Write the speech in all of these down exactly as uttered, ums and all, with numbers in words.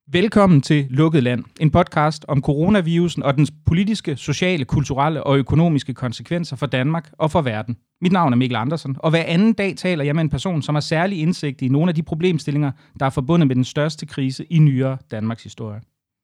Velkommen til Lukket Land, en podcast om coronavirusen og dens politiske, sociale, kulturelle og økonomiske konsekvenser for Danmark og for verden. Mit navn er Mikkel Andersen, og hver anden dag taler jeg med en person, som har særlig indsigt i nogle af de problemstillinger, der er forbundet med den største krise i nyere Danmarks historie.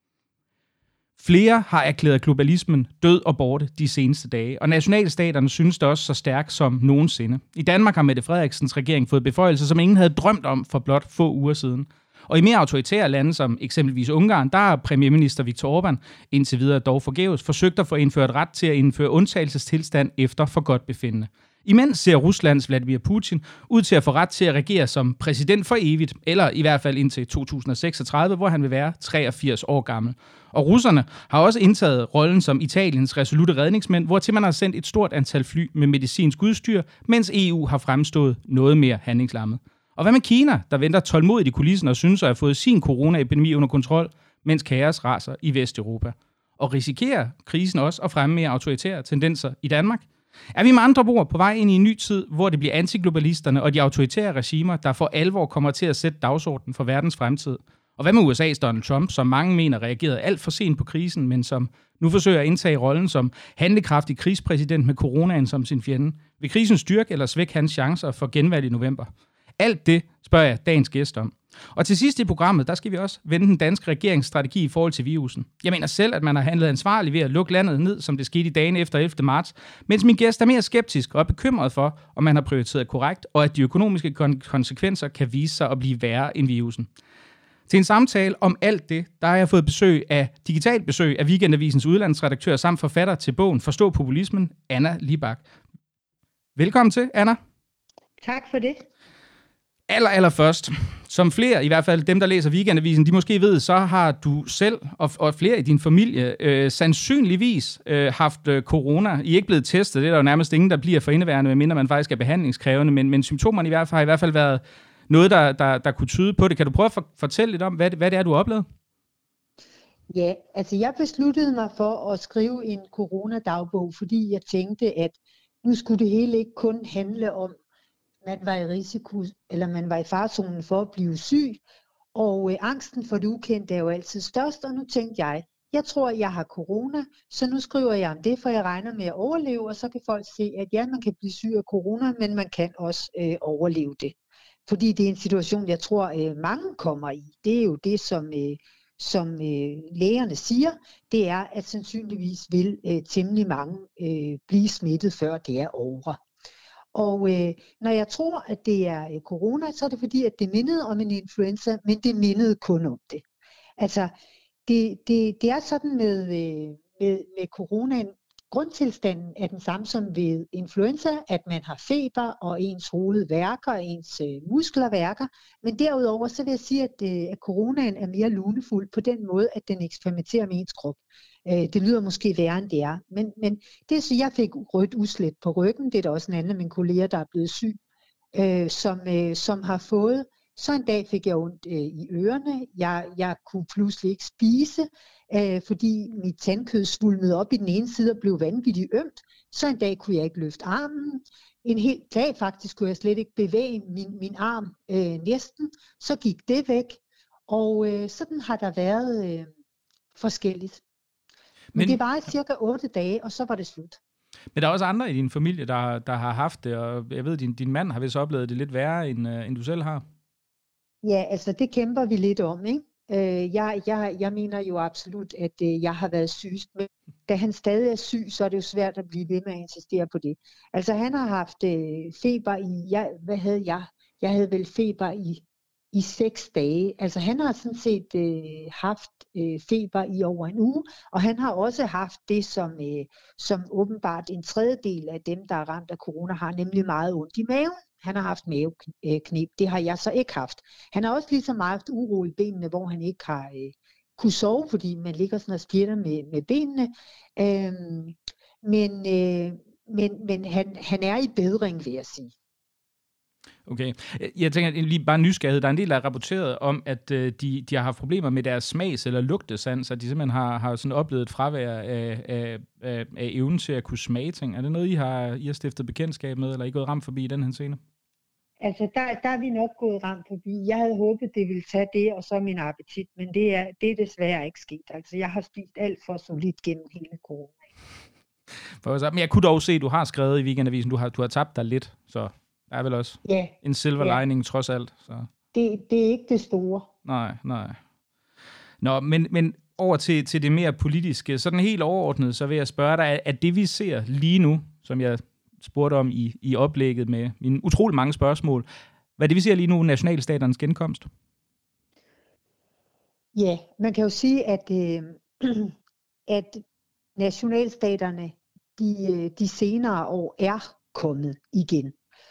Flere har erklæret globalismen død og borte de seneste dage, og nationalstaterne synes det også så stærk som nogensinde. I Danmark har Mette Frederiksens regering fået beføjelser, som ingen havde drømt om for blot få uger siden. Og i mere autoritære lande, som eksempelvis Ungarn, der har premierminister Viktor Orbán indtil videre dog forgæves forsøgt at få indført ret til at indføre undtagelsestilstand efter forgodtbefindende. Imens ser Ruslands Vladimir Putin ud til at få ret til at regere som præsident for evigt, eller i hvert fald indtil to tusind og seksogtredive, hvor han vil være treogfirs år gammel. Og russerne har også indtaget rollen som Italiens resolutte redningsmænd, hvortil man har sendt et stort antal fly med medicinsk udstyr, mens E U har fremstået noget mere handlingslammet. Og hvad med Kina, der venter tålmodigt i kulissen og synes at have fået sin coronaepidemi under kontrol, mens kaos raser i Vesteuropa? Og risikerer krisen også at fremme mere autoritære tendenser i Danmark? Er vi med andre ord på vej ind i en ny tid, hvor det bliver antiglobalisterne og de autoritære regimer, der for alvor kommer til at sætte dagsordenen for verdens fremtid? Og hvad med U S A's Donald Trump, som mange mener reagerede alt for sent på krisen, men som nu forsøger at indtage rollen som handlekraftig krigspræsident med coronaen som sin fjende? Vil krisen styrke eller svække hans chancer for genvalg i november? Alt det spørger jeg dagens gæst om. Og til sidst i programmet, der skal vi også vende den danske regeringsstrategi i forhold til virusen. Jeg mener selv, at man har handlet ansvarligt ved at lukke landet ned, som det skete i dagen efter ellevte marts, mens min gæst er mere skeptisk og er bekymret for, om man har prioriteret korrekt, og at de økonomiske kon- konsekvenser kan vise sig at blive værre end virusen. Til en samtale om alt det, der har jeg fået besøg af digitalt besøg af Weekendavisens udlandsredaktør samt forfatter til bogen Forstå populismen, Anna Libak. Velkommen til, Anna. Tak for det. Aller, aller først, som flere, i hvert fald dem, der læser Weekendavisen, de måske ved, så har du selv og, og flere i din familie øh, sandsynligvis øh, haft øh, corona. I er ikke blevet testet, det er der jo nærmest ingen, der bliver for indeværende, medmindre man faktisk er behandlingskrævende, men, men symptomerne i hvert fald har i hvert fald været noget, der, der, der kunne tyde på det. Kan du prøve at for, fortælle lidt om, hvad det, hvad det er, du har oplevet? Ja, altså jeg besluttede mig for at skrive en coronadagbog, fordi jeg tænkte, at nu skulle det hele ikke kun handle om, man var i risiko, eller man var i farezonen for at blive syg, og øh, angsten for det ukendte er jo altid størst, og nu tænkte jeg, jeg tror, jeg har corona, så nu skriver jeg om det, for jeg regner med at overleve, og så kan folk se, at ja, man kan blive syg af corona, men man kan også øh, overleve det. Fordi det er en situation, jeg tror, øh, mange kommer i. Det er jo det, som, øh, som øh, lægerne siger, det er, at sandsynligvis vil øh, temmelig mange øh, blive smittet, før det er over. Og øh, når jeg tror, at det er øh, corona, så er det fordi, at det mindede om en influenza, men det mindede kun om det. Altså, det, det, det er sådan med, øh, med, med coronaen. Grundtilstanden er den samme som ved influenza, at man har feber, og ens hoved værker, og ens øh, muskler værker. Men derudover så vil jeg sige, at, øh, at coronaen er mere lunefuld på den måde, at den eksperimenterer med ens krop. Det lyder måske værre, end det er. Men, men det er så, jeg fik rødt udslæt på ryggen. Det er der også en anden af mine kolleger, der er blevet syg, øh, som, øh, som har fået. Så en dag fik jeg ondt øh, i ørerne. Jeg, jeg kunne pludselig ikke spise, øh, fordi mit tandkød svulmede op i den ene side og blev vanvittigt ømt. Så en dag kunne jeg ikke løfte armen. En hel dag faktisk kunne jeg slet ikke bevæge min, min arm øh, næsten. Så gik det væk. Og øh, sådan har der været øh, forskelligt. Men, men det var i cirka otte dage, og så var det slut. Men der er også andre i din familie, der, der har haft det, og jeg ved, at din, din mand har vist oplevet det lidt værre, end, uh, end du selv har. Ja, altså det kæmper vi lidt om, ikke? Uh, jeg, jeg, jeg mener jo absolut, at uh, jeg har været sygest, men da han stadig er syg, så er det jo svært at blive ved med at insistere på det. Altså han har haft uh, feber i, jeg, hvad havde jeg? Jeg havde vel feber i i seks dage. Altså han har sådan set øh, haft øh, feber i over en uge, og han har også haft det, som, øh, som åbenbart en tredjedel af dem, der er ramt af corona, har nemlig meget ondt i maven. Han har haft mavekneb. Det har jeg så ikke haft. Han har også lige så meget haft uro i benene, hvor han ikke har øh, kunne sove, fordi man ligger sådan og spjætter med, med benene. Øhm, men øh, men, men han, han er i bedring, vil jeg sige. Okay. Jeg tænker lige bare nysgerrighed. Der er en del, der er rapporteret om, at øh, de, de har haft problemer med deres smags- eller lugtesans, at de simpelthen har, har sådan oplevet et fravær af, af, af, af evnen til at kunne smage ting. Er det noget, I har, I har stiftet bekendtskab med, eller er I gået ramt forbi i den her scene? Altså, der, der er vi nok gået ramt forbi. Jeg havde håbet, det ville tage det, og så min appetit, men det er, det er desværre ikke sket. Altså, jeg har spist alt for solidt gennem hele corona. Men jeg kunne dog se, at du har skrevet i Weekendavisen, du har, du har tabt dig lidt, så der er vel også ja, en silver ja. lining trods alt. Så. Det, det er ikke det store. Nej, nej. Nå, men, men over til, til det mere politiske, sådan helt overordnet, så vil jeg spørge dig, at det vi ser lige nu, som jeg spurgte om i, i oplægget med mine utrolig mange spørgsmål, hvad det vi ser lige nu, nationalstaternes genkomst? Ja, man kan jo sige, at, øh, at nationalstaterne de, de senere år er kommet igen.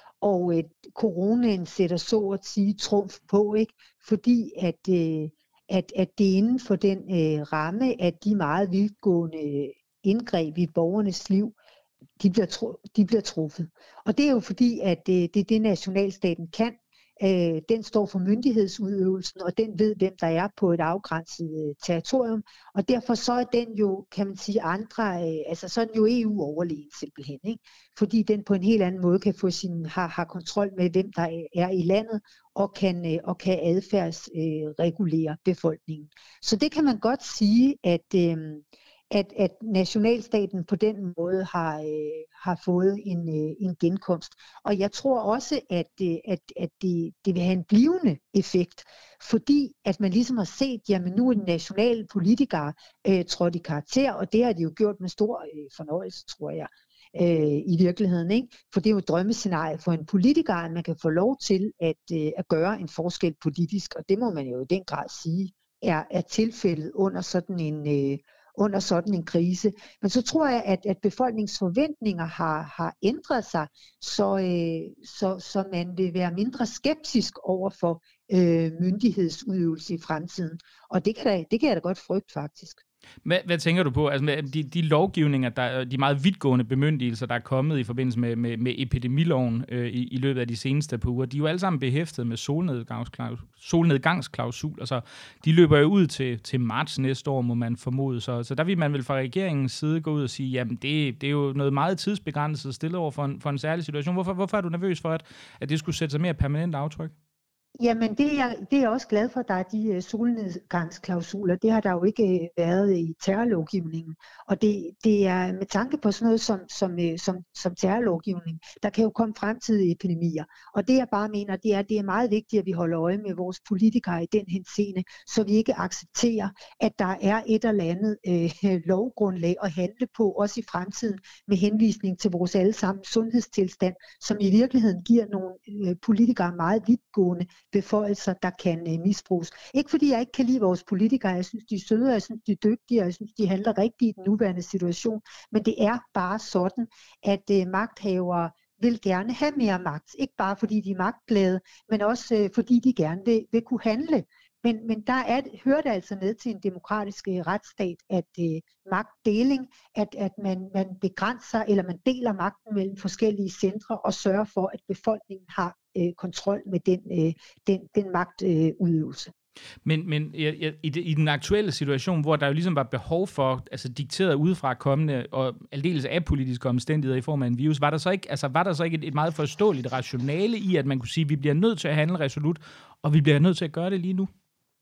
Og øh, coronaen sætter så at sige trumf på, ikke? Fordi at, øh, at, at det inden for den øh, ramme af de meget vidtgående indgreb i borgernes liv, de bliver, tru, de bliver truffet. Og det er jo fordi, at øh, det er det, nationalstaten kan. Øh, den står for myndighedsudøvelsen, og den ved, hvem der er på et afgrænset øh, territorium. Og derfor så er den jo, kan man sige, andre, øh, altså så er den jo E U overlegen simpelthen, ikke? Fordi den på en helt anden måde kan få sin, har, har kontrol med, hvem der er i landet, og kan, øh, og kan adfærdsregulere øh, befolkningen. Så det kan man godt sige, at øh, At, at nationalstaten på den måde har, øh, har fået en, øh, en genkomst. Og jeg tror også, at, øh, at, at det, det vil have en blivende effekt, fordi at man ligesom har set, jamen nu er de nationale politikere øh, trådt i karakter, og det har de jo gjort med stor øh, fornøjelse, tror jeg, øh, i virkeligheden. Ikke? For det er jo et drømmescenarie for en politiker, at man kan få lov til at, øh, at gøre en forskel politisk, og det må man jo i den grad sige, er, er tilfældet under sådan en... Øh, under sådan en krise. Men så tror jeg, at, at befolkningsforventninger har, har ændret sig, så, øh, så, så man vil være mindre skeptisk over for øh, myndighedsudøvelse i fremtiden. Og det kan, da, det kan jeg da godt frygte faktisk. Hvad, hvad tænker du på? Altså med de, de lovgivninger, der, de meget vidtgående bemyndigelser, der er kommet i forbindelse med, med, med epidemiloven øh, i, i løbet af de seneste par uger, de er jo alle sammen behæftet med solnedgangsklausul. solnedgangsklausul. Altså, de løber jo ud til, til marts næste år, må man formode. Så, så der vil man vel fra regeringens side gå ud og sige, jamen det, det er jo noget meget tidsbegrænset stillet over for en, for en særlig situation. Hvorfor, hvorfor er du nervøs for, at, at det skulle sætte sig mere permanent aftryk? Jamen, det er, det er jeg også glad for, at der er de uh, solnedgangsklausuler. Det har der jo ikke uh, været i terrorlovgivningen. Og det, det er med tanke på sådan noget som, som, uh, som, som terrorlovgivning, der kan jo komme fremtidige epidemier. Og det jeg bare mener, det er, at det er meget vigtigt, at vi holder øje med vores politikere i den henseende, så vi ikke accepterer, at der er et eller andet uh, lovgrundlag at handle på, også i fremtiden, med henvisning til vores allesammen sundhedstilstand, som i virkeligheden giver nogle uh, politikere meget vidtgående beføjelser, der kan øh, misbruges. Ikke fordi jeg ikke kan lide vores politikere, jeg synes de er søde, jeg synes de er dygtige, og jeg synes de handler rigtigt i den nuværende situation, men det er bare sådan, at øh, magthavere vil gerne have mere magt. Ikke bare fordi de er magtglade, men også øh, fordi de gerne vil, vil kunne handle. Men, men der er, hører det altså med til en demokratisk øh, retsstat, at øh, magtdeling, at, at man, man begrænser, eller man deler magten mellem forskellige centre, og sørger for, at befolkningen har øh, kontrol med den, øh, den, den magtudøvelse. Øh, Men, men i, i, i den aktuelle situation, hvor der jo ligesom var behov for, altså dikteret udefra kommende og aldeles apolitiske omstændigheder i form af en virus, var der så ikke, altså, var der så ikke et, et meget forståeligt rationale i, at man kunne sige, at vi bliver nødt til at handle resolut, og vi bliver nødt til at gøre det lige nu?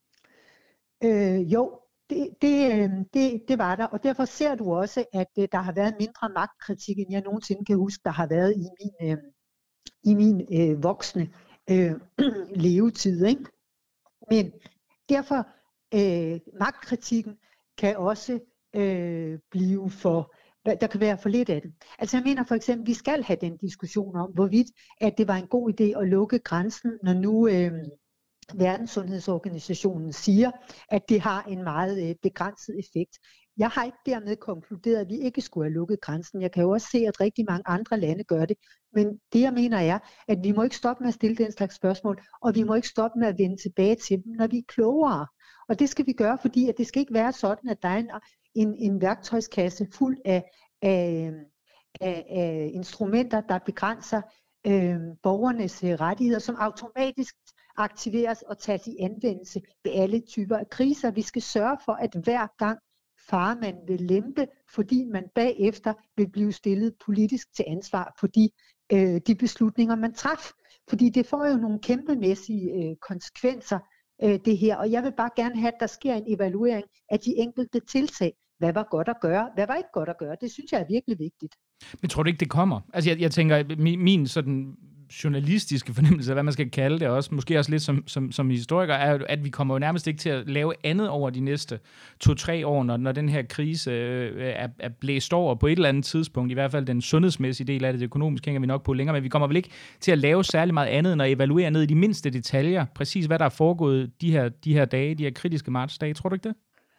Øh, jo, det, det, det, det var der, og derfor ser du også, at øh, der har været mindre magtkritik, end jeg nogensinde kan huske, der har været i min, øh, i min øh, voksne øh, levetid. Ikke? Men derfor, øh, magtkritikken kan også øh, blive for, der kan være for lidt af det. Altså jeg mener for eksempel, vi skal have den diskussion om, hvorvidt at det var en god idé at lukke grænsen, når nu øh, Verdenssundhedsorganisationen siger, at det har en meget øh, begrænset effekt. Jeg har ikke dermed konkluderet, at vi ikke skulle have lukket grænsen. Jeg kan jo også se, at rigtig mange andre lande gør det. Men det jeg mener er, at vi må ikke stoppe med at stille den slags spørgsmål, og vi må ikke stoppe med at vende tilbage til dem, når vi er klogere. Og det skal vi gøre, fordi at det skal ikke være sådan, at der er en, en, en værktøjskasse fuld af, af, af, af instrumenter, der begrænser øh, borgernes rettigheder, som automatisk aktiveres og tages i anvendelse ved alle typer af kriser. Vi skal sørge for, at hver gang farmand vil lempe, fordi man bagefter vil blive stillet politisk til ansvar for de, øh, de beslutninger, man traf. fordi det får jo nogle kæmpemæssige øh, konsekvenser, øh, det her, og jeg vil bare gerne have, at der sker en evaluering af de enkelte tiltag. Hvad var godt at gøre? Hvad var ikke godt at gøre? Det synes jeg er virkelig vigtigt. Men tror du ikke, det kommer? Altså jeg, jeg tænker, min, min sådan journalistiske fornemmelse, hvad man skal kalde det også, måske også lidt som, som, som historiker, er, at vi kommer jo nærmest ikke til at lave andet over de næste to-tre år, når, når den her krise øh, er, er blæst over på et eller andet tidspunkt. I hvert fald den sundhedsmæssige del af det, det økonomiske hænger vi nok på længere, men vi kommer vel ikke til at lave særlig meget andet, end at evaluere ned i de mindste detaljer, præcis hvad der er foregået de her, de her dage, de her kritiske martsdage. Tror du ikke det?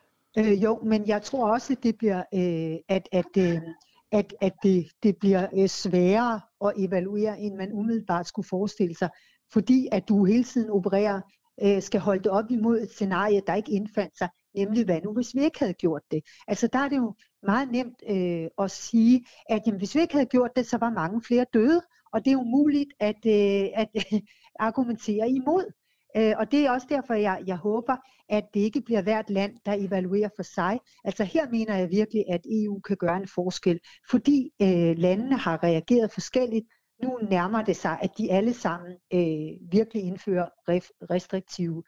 Øh, jo, men jeg tror også, at det bliver, øh, at, at, øh, at, at det, det bliver øh, sværere at evaluere, end man umiddelbart skulle forestille sig, fordi at du hele tiden opererer, øh, skal holde det op imod et scenarie, der ikke indfandt sig, nemlig hvad nu, hvis vi ikke havde gjort det. Altså der er det jo meget nemt øh, at sige, at jamen, hvis vi ikke havde gjort det, så var mange flere døde, og det er umuligt at, øh, at øh, argumentere imod. Øh, og det er også derfor, jeg, jeg håber, at det ikke bliver hvert land, der evaluerer for sig. Altså her mener jeg virkelig, at E U kan gøre en forskel, fordi øh, landene har reageret forskelligt. Nu nærmer det sig, at de alle sammen øh, virkelig indfører ref- restriktive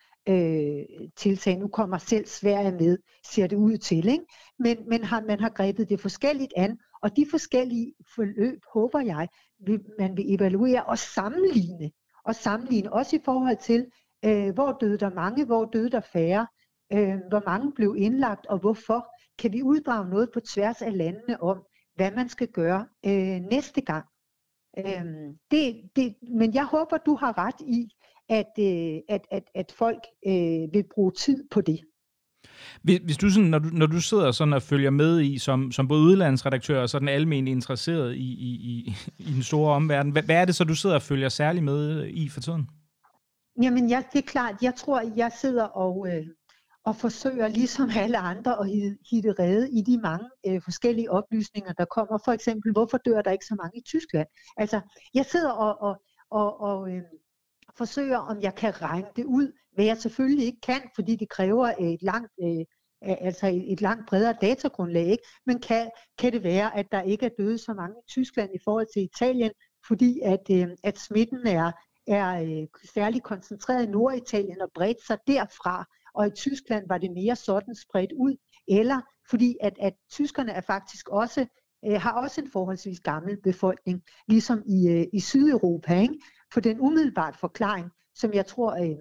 øh, tiltag. Nu kommer selv Sverige med, ser det ud til, ikke? Men, men har, man har grebet det forskelligt an, og de forskellige forløb, håber jeg, vil, man vil evaluere og sammenligne. Og sammenligne også i forhold til, Øh, hvor døde der mange, hvor døde der færre, øh, hvor mange blev indlagt, og hvorfor. Kan vi uddrage noget på tværs af landene om, hvad man skal gøre øh, næste gang? Øh, det, det, men jeg håber, du har ret i, at, øh, at, at, at folk øh, vil bruge tid på det. Hvis du sådan, når du, når du sidder sådan og følger med i, som, som både udlandsredaktør og sådan almen interesseret i, i, i, i den store omverden, hvad, hvad er det så, du sidder og følger særlig med i for tiden? Jamen, jeg, det er klart, jeg tror, jeg sidder og, øh, og forsøger, ligesom alle andre, at hitte rede i de mange øh, forskellige oplysninger, der kommer. For eksempel, hvorfor dør der ikke så mange i Tyskland? Altså, jeg sidder og, og, og, og øh, forsøger, om jeg kan regne det ud, hvad jeg selvfølgelig ikke kan, fordi det kræver et langt, øh, altså et, et langt bredere datagrundlag, ikke? Men kan, kan det være, at der ikke er døde så mange i Tyskland i forhold til Italien, fordi at, øh, at smitten er er øh, særligt koncentreret i Norditalien og bredt sig derfra, og i Tyskland var det mere sådan spredt ud, eller fordi at, at tyskerne er faktisk også, øh, har også en forholdsvis gammel befolkning, ligesom i, øh, i Sydeuropa, ikke? For den umiddelbart forklaring, som jeg tror, øh,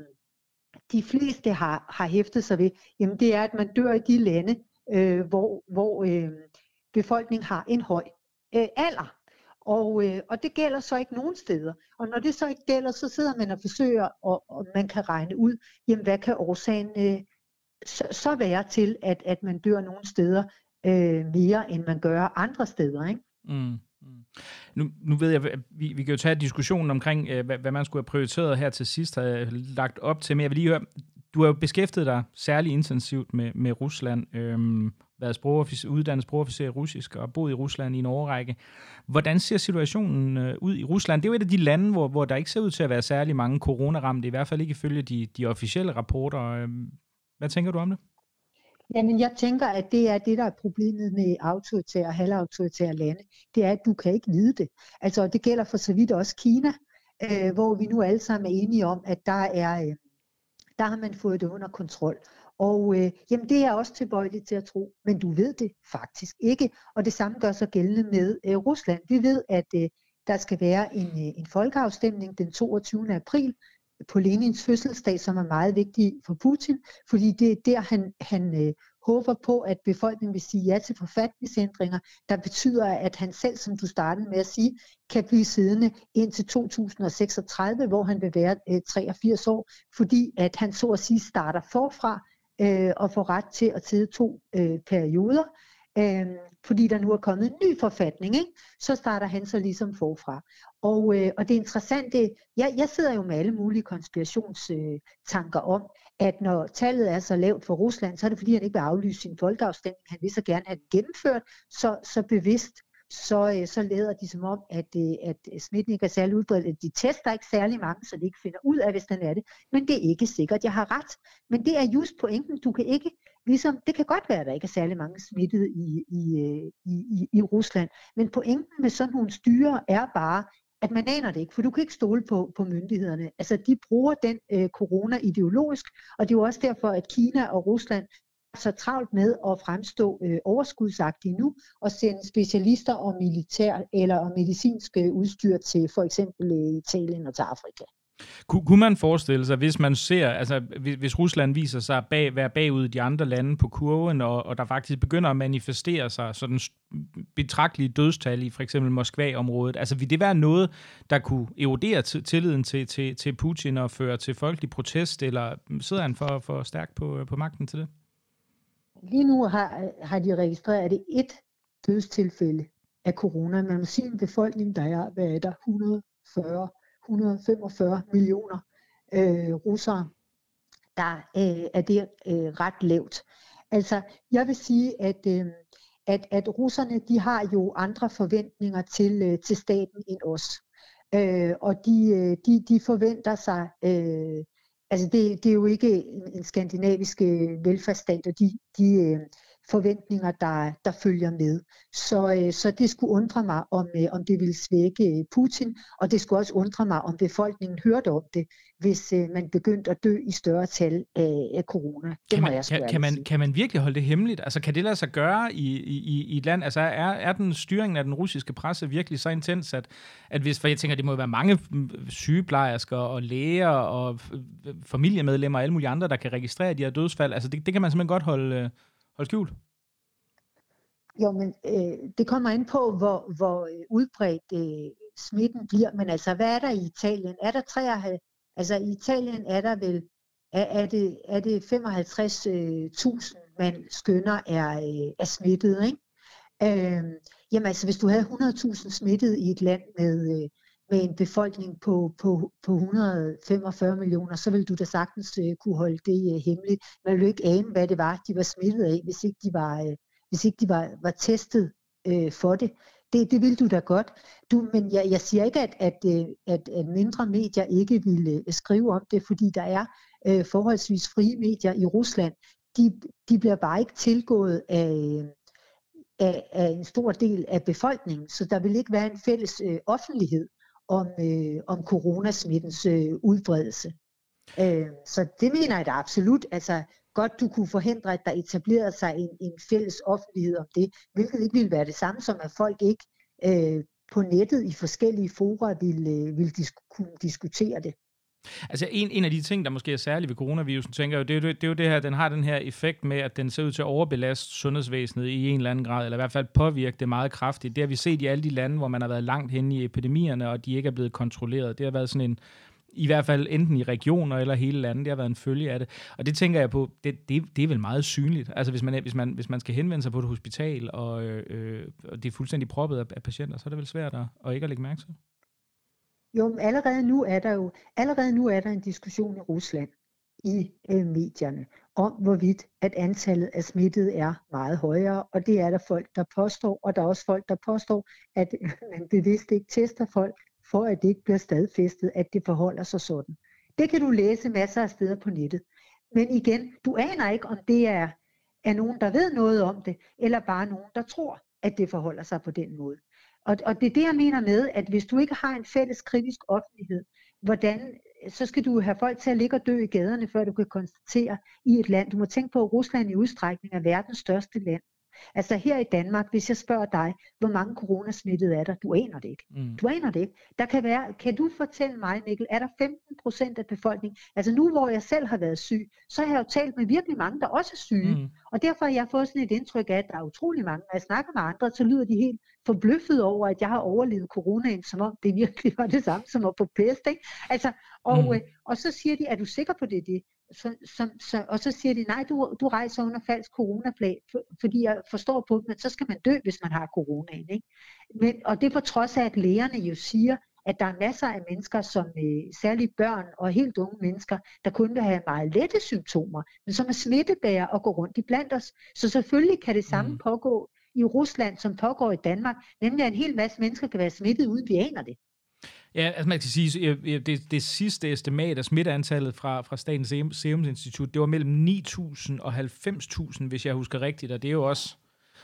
de fleste har, har hæftet sig ved, jamen det er, at man dør i de lande, øh, hvor, hvor øh, befolkningen har en høj øh, alder. Og, øh, og det gælder så ikke nogen steder. Og når det så ikke gælder, så sidder man og forsøger, og, og man kan regne ud, jamen hvad kan årsagen øh, så, så være til, at, at man dør nogle steder øh, mere, end man gør andre steder, ikke? Mm, mm. Nu, nu ved jeg, vi, vi kan jo tage diskussionen omkring, øh, hvad, hvad man skulle have prioriteret her til sidst, har lagt op til, men jeg vil lige høre, du har jo beskæftiget dig særlig intensivt med, med Rusland, øhm, været sprogofficer, uddannet sprogofficer i russisk og boet i Rusland i en årrække. Hvordan ser situationen øh, ud i Rusland? Det er jo et af de lande, hvor, hvor der ikke ser ud til at være særlig mange coronaramte, i hvert fald ikke ifølge de, de officielle rapporter. Øhm, hvad tænker du om det? Jamen, jeg tænker, at det er det, der er problemet med autoritære og halvautoritære lande. Det er, at du kan ikke vide det. Altså, det gælder for så vidt også Kina, øh, hvor vi nu alle sammen er enige om, at der er... Øh, der har man fået det under kontrol. Og øh, jamen det er jeg også tilbøjelig til at tro, men du ved det faktisk ikke. Og det samme gør sig gældende med øh, Rusland. Vi ved, at øh, der skal være en, øh, en folkeafstemning den toogtyvende april på Lenins fødselsdag, som er meget vigtig for Putin, fordi det er der, han, han øh, håber på, at befolkningen vil sige ja til forfatningsændringer, der betyder, at han selv, som du startede med at sige, kan blive siddende indtil to tusind seksogtredive, hvor han vil være øh, treogfirs år, fordi at han så at sige starter forfra øh, og får ret til at sidde to øh, perioder. Øh, fordi der nu er kommet en ny forfatning, ikke? Så starter han så ligesom forfra. Og, øh, og det interessante, jeg, jeg sidder jo med alle mulige konspirationstanker øh, om, at når tallet er så lavt for Rusland, så er det fordi, han ikke vil aflyse sin folkeafstemning. Han vil så gerne have den gennemført, så, så bevidst, så, øh, så lader de som om, at, øh, at smitten ikke er særlig udbredt. De tester ikke særlig mange, så de ikke finder ud af, hvis den er det. Men det er ikke sikkert, jeg har ret. Men det er just pointen, du kan ikke, ligesom, det kan godt være, at der ikke er særlig mange smittede i, i, i, i, i Rusland, men pointen med sådan nogle styre er bare, at man aner det ikke, for du kan ikke stole på, på myndighederne. Altså, de bruger den øh, corona ideologisk, og det er jo også derfor, at Kina og Rusland er så travlt med at fremstå øh, overskudsagtige nu, og sende specialister og militær eller og medicinsk udstyr til for eksempel øh, Italien og til Afrika. Kunne man forestille sig, hvis man ser, altså hvis Rusland viser sig at bag, være bagud i de andre lande på kurven, og, og der faktisk begynder at manifestere sig sådan betragtelige dødstal i for eksempel Moskva-området, altså vil det være noget, der kunne erodere tilliden til, til, til Putin og føre til folkelig protest, eller sidder han for, for stærkt på, på magten til det? Lige nu har, har de registreret, at det er et dødstilfælde af corona. Man må sige en befolkning, der er, hvad er der, et hundrede og fyrre et hundrede og femogfyrre millioner øh, russere, der øh, er det øh, ret lavt. Altså, jeg vil sige, at, øh, at, at russerne, de har jo andre forventninger til, øh, til staten end os. Øh, og de, de, de forventer sig, øh, altså det, det er jo ikke en, en skandinavisk velfærdsstat, og de, de øh, forventninger, der, der følger med. Så, øh, så det skulle undre mig, om, øh, om det ville svække Putin, og det skulle også undre mig, om befolkningen hørte om det, hvis øh, man begyndte at dø i større tal af, af corona. Det kan, må man, jeg kan, kan, man, kan man virkelig holde det hemmeligt? Altså kan det lade sig gøre i, i, i et land? Altså er, er den styringen af den russiske presse virkelig så intens, at, at hvis, for jeg tænker, det må være mange sygeplejersker og læger og familiemedlemmer og alle mulige andre, der kan registrere de her dødsfald, altså det, det kan man simpelthen godt holde... Hold skjult. Jo, men øh, det kommer ind på, hvor, hvor udbredt øh, smitten bliver. Men altså, hvad er der i Italien? Er der treoghalvtreds? Altså, i Italien er der vel, er, er det, er det femoghalvtreds tusind, man skønner er, øh, er smittet, ikke? Øh, jamen altså, hvis du havde hundrede tusind smittet i et land med... Øh, med en befolkning på, på, på et hundrede og femogfyrre millioner, så ville du da sagtens uh, kunne holde det uh, hemmeligt. Man ville jo ikke ane, hvad det var, de var smittet af, hvis ikke de var, uh, hvis ikke de var, var testet uh, for det. det. Det ville du da godt. Du, men jeg, jeg siger ikke, at, at, uh, at, at mindre medier ikke ville uh, skrive om det, fordi der er uh, forholdsvis frie medier i Rusland. De, de bliver bare ikke tilgået af, af, af en stor del af befolkningen, så der vil ikke være en fælles uh, offentlighed om, øh, om coronasmittens øh, udbredelse. Øh, så det mener jeg da absolut. Altså godt du kunne forhindre, at der etablerede sig en, en fælles offentlighed om det, hvilket ikke ville være det samme som, at folk ikke øh, på nettet i forskellige fora ville, øh, ville disk- kunne diskutere det. Altså en, en af de ting, der måske er særligt ved coronavirusen, tænker jeg, det er jo det, det, er jo det her, den har den her effekt med, at den ser ud til at overbelaste sundhedsvæsenet i en eller anden grad, eller i hvert fald påvirke det meget kraftigt. Det har vi set i alle de lande, hvor man har været langt henne i epidemierne, og de ikke er blevet kontrolleret. Det har været sådan en, i hvert fald enten i regioner eller hele landet, det har været en følge af det. Og det tænker jeg på, det, det, det er vel meget synligt. Altså hvis man, hvis man, hvis man skal henvende sig på et hospital, og, øh, og det er fuldstændig proppet af, af patienter, så er det vel svært at, at ikke at lægge mærke til. Jo, men allerede nu er der jo allerede nu er der en diskussion i Rusland i øh, medierne om hvorvidt at antallet af smittede er meget højere, og det er der folk der påstår, og der er også folk der påstår, at man bevidst ikke tester folk for at det ikke bliver stadfæstet, at det forholder sig sådan. Det kan du læse masser af steder på nettet. Men igen, du aner ikke om det er er nogen der ved noget om det, eller bare nogen der tror, at det forholder sig på den måde. Og, og det er det, jeg mener med, at hvis du ikke har en fælles kritisk offentlighed, hvordan, så skal du have folk til at ligge og dø i gaderne, før du kan konstatere i et land. Du må tænke på, at Rusland i udstrækning er verdens største land. Altså her i Danmark, hvis jeg spørger dig, hvor mange coronasmittede er der, du aner det ikke. Mm. Du aner det ikke. Der kan være, kan du fortælle mig, Mikkel, er der femten procent af befolkningen? Altså nu, hvor jeg selv har været syg, så har jeg jo talt med virkelig mange, der også er syge. Mm. Og derfor har jeg fået sådan et indtryk af, at der er utrolig mange. Når jeg snakker med andre, så lyder de helt forbløffet over, at jeg har overlevet coronaen, som om det virkelig var det samme som at få pest, ikke? Altså, og, mm. øh, og så siger de, er du sikker på det, det? Så, så, så, og så siger de, nej, du, du rejser under falsk coronaplan, for, fordi jeg forstår på dem, at så skal man dø, hvis man har coronaen. Ikke? Men, og det på trods af, at lægerne jo siger, at der er masser af mennesker, som øh, særligt børn og helt unge mennesker, der kun vil have meget lette symptomer, men som er smittebærere og går rundt i blandt os. Så selvfølgelig kan det samme mm. pågå i Rusland, som pågår i Danmark, nemlig at en hel masse mennesker kan være smittet, uden vi aner det. Ja, altså man kan sige, det, det sidste estimat af smitteantallet fra, fra Statens Serum Institut, det var mellem ni tusind og halvfems tusind, hvis jeg husker rigtigt, og det er jo også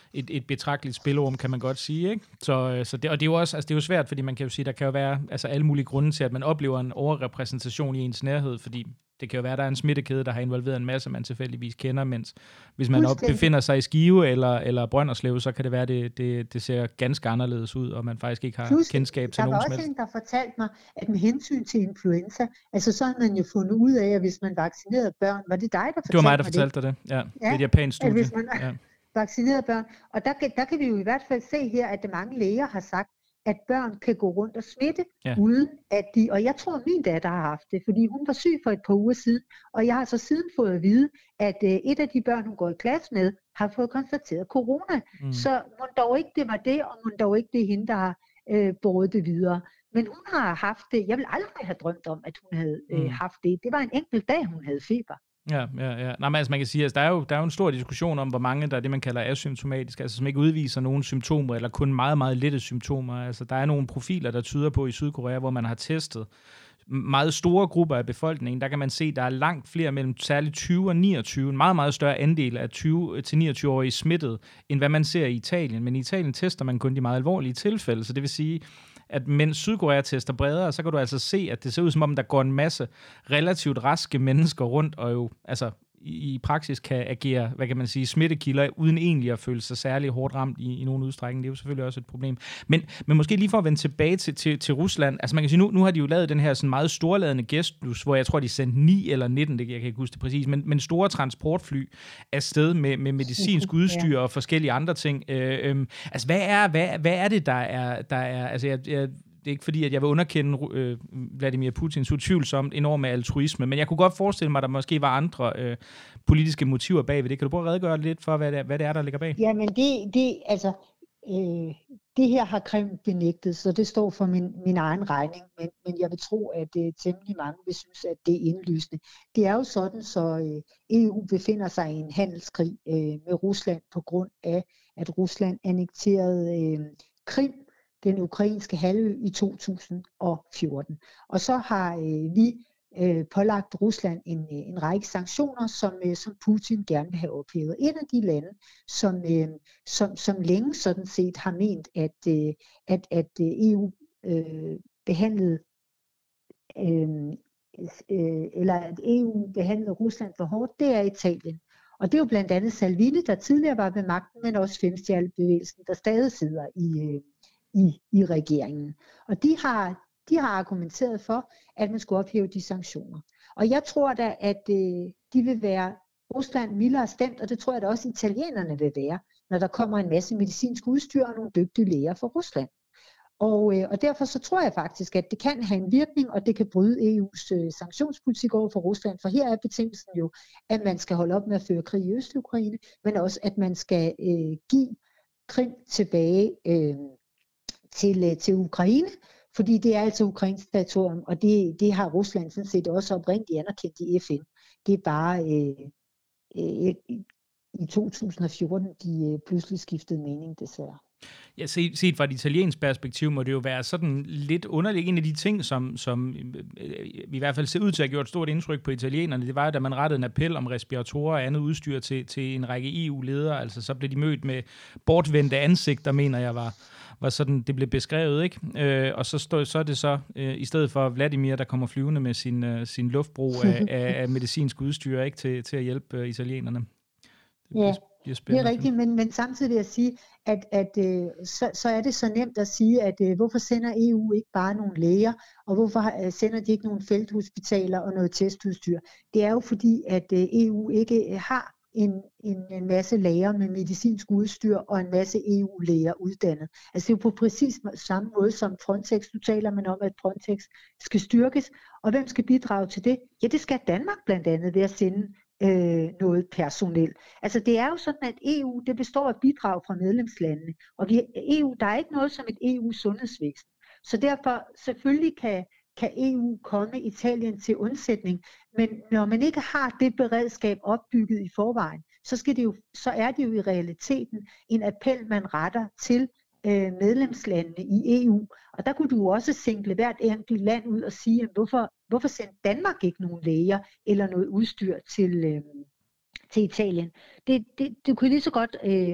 et, et betragteligt spillerum, kan man godt sige, ikke? Så, så det, og det er jo også, altså det er jo svært, fordi man kan jo sige, der kan jo være altså alle mulige grunde til, at man oplever en overrepræsentation i ens nærhed, fordi det kan jo være, at der er en smittekæde, der har involveret en masse, man tilfældigvis kender, mens hvis man op, befinder sig i Skive eller, eller Brønderslev, så kan det være, at det, det, det ser ganske anderledes ud, og man faktisk ikke har Plus, kendskab til nogen som helst. Der var også en, der fortalte mig, at med hensyn til influenza, altså så har man jo fundet ud af, at hvis man vaccinerede børn, var det dig, der fortalte mig det? Det var mig, der fortalte dig det, ja. ja. Det er et japansk studie. Hvis man ja. vaccinerede børn, og der, der kan vi jo i hvert fald se her, at mange læger har sagt, at børn kan gå rundt og smitte, ja. uden at de, og jeg tror, at min datter har haft det, fordi hun var syg for et par uger siden, og jeg har så siden fået at vide, at uh, et af de børn, hun går i klasse med, har fået konstateret corona. Mm. Så må dog ikke det var det, og må dog ikke det er hende, der har uh, båret det videre. Men hun har haft det, jeg vil aldrig have drømt om, at hun havde uh, mm. haft det. Det var en enkelt dag, hun havde feber. Ja, ja, ja. Nej, men altså man kan sige, at altså, der, er jo, der er jo en stor diskussion om, hvor mange der er det, man kalder asymptomatiske, altså som ikke udviser nogen symptomer, eller kun meget, meget lette symptomer. Altså der er nogle profiler, der tyder på i Sydkorea, hvor man har testet meget store grupper af befolkningen. Der kan man se, at der er langt flere mellem særligt tyve og niogtyve, en meget, meget større andel af tyve til niogtyve-årige smittet, end hvad man ser i Italien. Men i Italien tester man kun de meget alvorlige tilfælde, så det vil sige, at mens Sydkorea tester bredere, så kan du altså se, at det ser ud som om, der går en masse relativt raske mennesker rundt, og jo altså i, i praksis kan agere, hvad kan man sige, smittekilder, uden egentlig at føle sig særlig hårdt ramt i, i nogle udstrækning. Det er jo selvfølgelig også et problem. Men, men måske lige for at vende tilbage til, til, til Rusland, altså man kan sige, nu, nu har de jo lavet den her sådan meget storladende gæstblus, hvor jeg tror, de sendte ni eller nitten, det jeg kan ikke huske det præcis, men, men store transportfly afsted med, med medicinsk udstyr og forskellige andre ting. Øh, øh, altså hvad er, hvad, hvad er det, der er, der er altså jeg, jeg det er ikke fordi, at jeg vil underkende øh, Vladimir Putins utvivlsomt enorme altruisme, men jeg kunne godt forestille mig, at der måske var andre øh, politiske motiver bagved det. Kan du prøve at redegøre lidt for, hvad det er, hvad det er der ligger bag? Jamen, det, det, altså, øh, det her har Kreml benægtet, så det står for min, min egen regning, men, men jeg vil tro, at øh, temmelig mange vil synes, at det er indlysende. Det er jo sådan, så øh, E U befinder sig i en handelskrig øh, med Rusland på grund af, at Rusland annekterede øh, Krim, den ukrainske halvø, i to tusind og fjorten. Og så har øh, vi øh, pålagt Rusland en, en række sanktioner, som, øh, som Putin gerne vil have ophævet. Et af de lande, som, øh, som, som længe sådan set har ment, at, øh, at, at E U øh, behandlede øh, øh, eller at E U behandlede Rusland for hårdt, det er Italien. Og det er jo blandt andet Salvini, der tidligere var ved magten, men også Femstjernebevægelsen, der stadig sidder i øh, I, i regeringen. Og de har, de har argumenteret for, at man skulle ophæve de sanktioner. Og jeg tror da, at øh, de vil være Rusland mildere stemt, og det tror jeg da også italienerne vil være, når der kommer en masse medicinsk udstyr og nogle dygtige læger fra Rusland. Og, øh, og derfor så tror jeg faktisk, at det kan have en virkning, og det kan bryde E U's øh, sanktionspolitik over for Rusland, for her er betingelsen jo, at man skal holde op med at føre krig i Øst-Ukraine, men også at man skal øh, give Krim tilbage øh, Til, til Ukraine, fordi det er altså ukrainsk territorium, og det, det har Rusland sådan set også oprindeligt anerkendt i F N. Det er bare øh, øh, i to tusind og fjorten, de øh, pludselig skiftede mening, desværre. Ja, set, set fra et italiensk perspektiv må det jo være sådan lidt underligt. En af de ting, som, som øh, i hvert fald ser ud til at have gjort et stort indtryk på italienerne, det var jo, da man rettede en appel om respiratorer og andet udstyr til, til en række E U-ledere. Altså så blev de mødt med bortvendte ansigter, mener jeg var, var sådan, det blev beskrevet, ikke? Øh, og så, stod, så er det så, øh, i stedet for Vladimir, der kommer flyvende med sin, øh, sin luftbro af, af, af medicinsk udstyr, ikke? Til, til at hjælpe øh, italienerne. Det ja. Det er rigtigt, men, men samtidig vil jeg sige, at, at øh, så, så er det så nemt at sige, at øh, hvorfor sender E U ikke bare nogle læger, og hvorfor øh, sender de ikke nogle felthospitaler og noget testudstyr? Det er jo fordi, at øh, E U ikke øh, har en, en, en masse læger med medicinsk udstyr og en masse E U-læger uddannet. Altså det er jo på præcis samme måde som Frontex. Nu taler man om, at Frontex skal styrkes, og hvem skal bidrage til det? Ja, det skal Danmark blandt andet ved at sende Øh, noget personel. Altså det er jo sådan, at E U, det består af bidrag fra medlemslandene, og vi, E U, der er ikke noget som et E U-sundhedsvæsen. Så derfor, selvfølgelig kan, kan E U komme Italien til undsætning, men når man ikke har det beredskab opbygget i forvejen, så, skal det jo, så er det jo i realiteten en appel, man retter til øh, medlemslandene i E U. Og der kunne du også single hvert enkelt land ud og sige, at hvorfor Hvorfor sendte Danmark ikke nogen læger eller noget udstyr til, øh, til Italien? Det, det, det kunne lige så godt øh,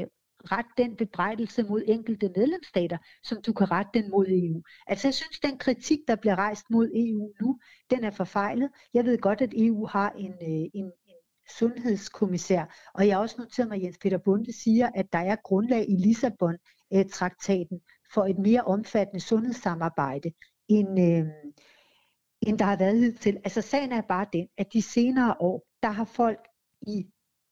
rette den bebrejdelse mod enkelte medlemsstater, som du kan rette den mod E U. Altså jeg synes, den kritik, der bliver rejst mod E U nu, den er forfejlet. Jeg ved godt, at E U har en, en, en sundhedskommissær, og jeg har også noteret mig, at Jens Peter Bonde siger, at der er grundlag i Lissabon-traktaten for et mere omfattende sundhedssamarbejde, end, øh, end der har været hidtil. Altså sagen er bare den, at de senere år, der har folk i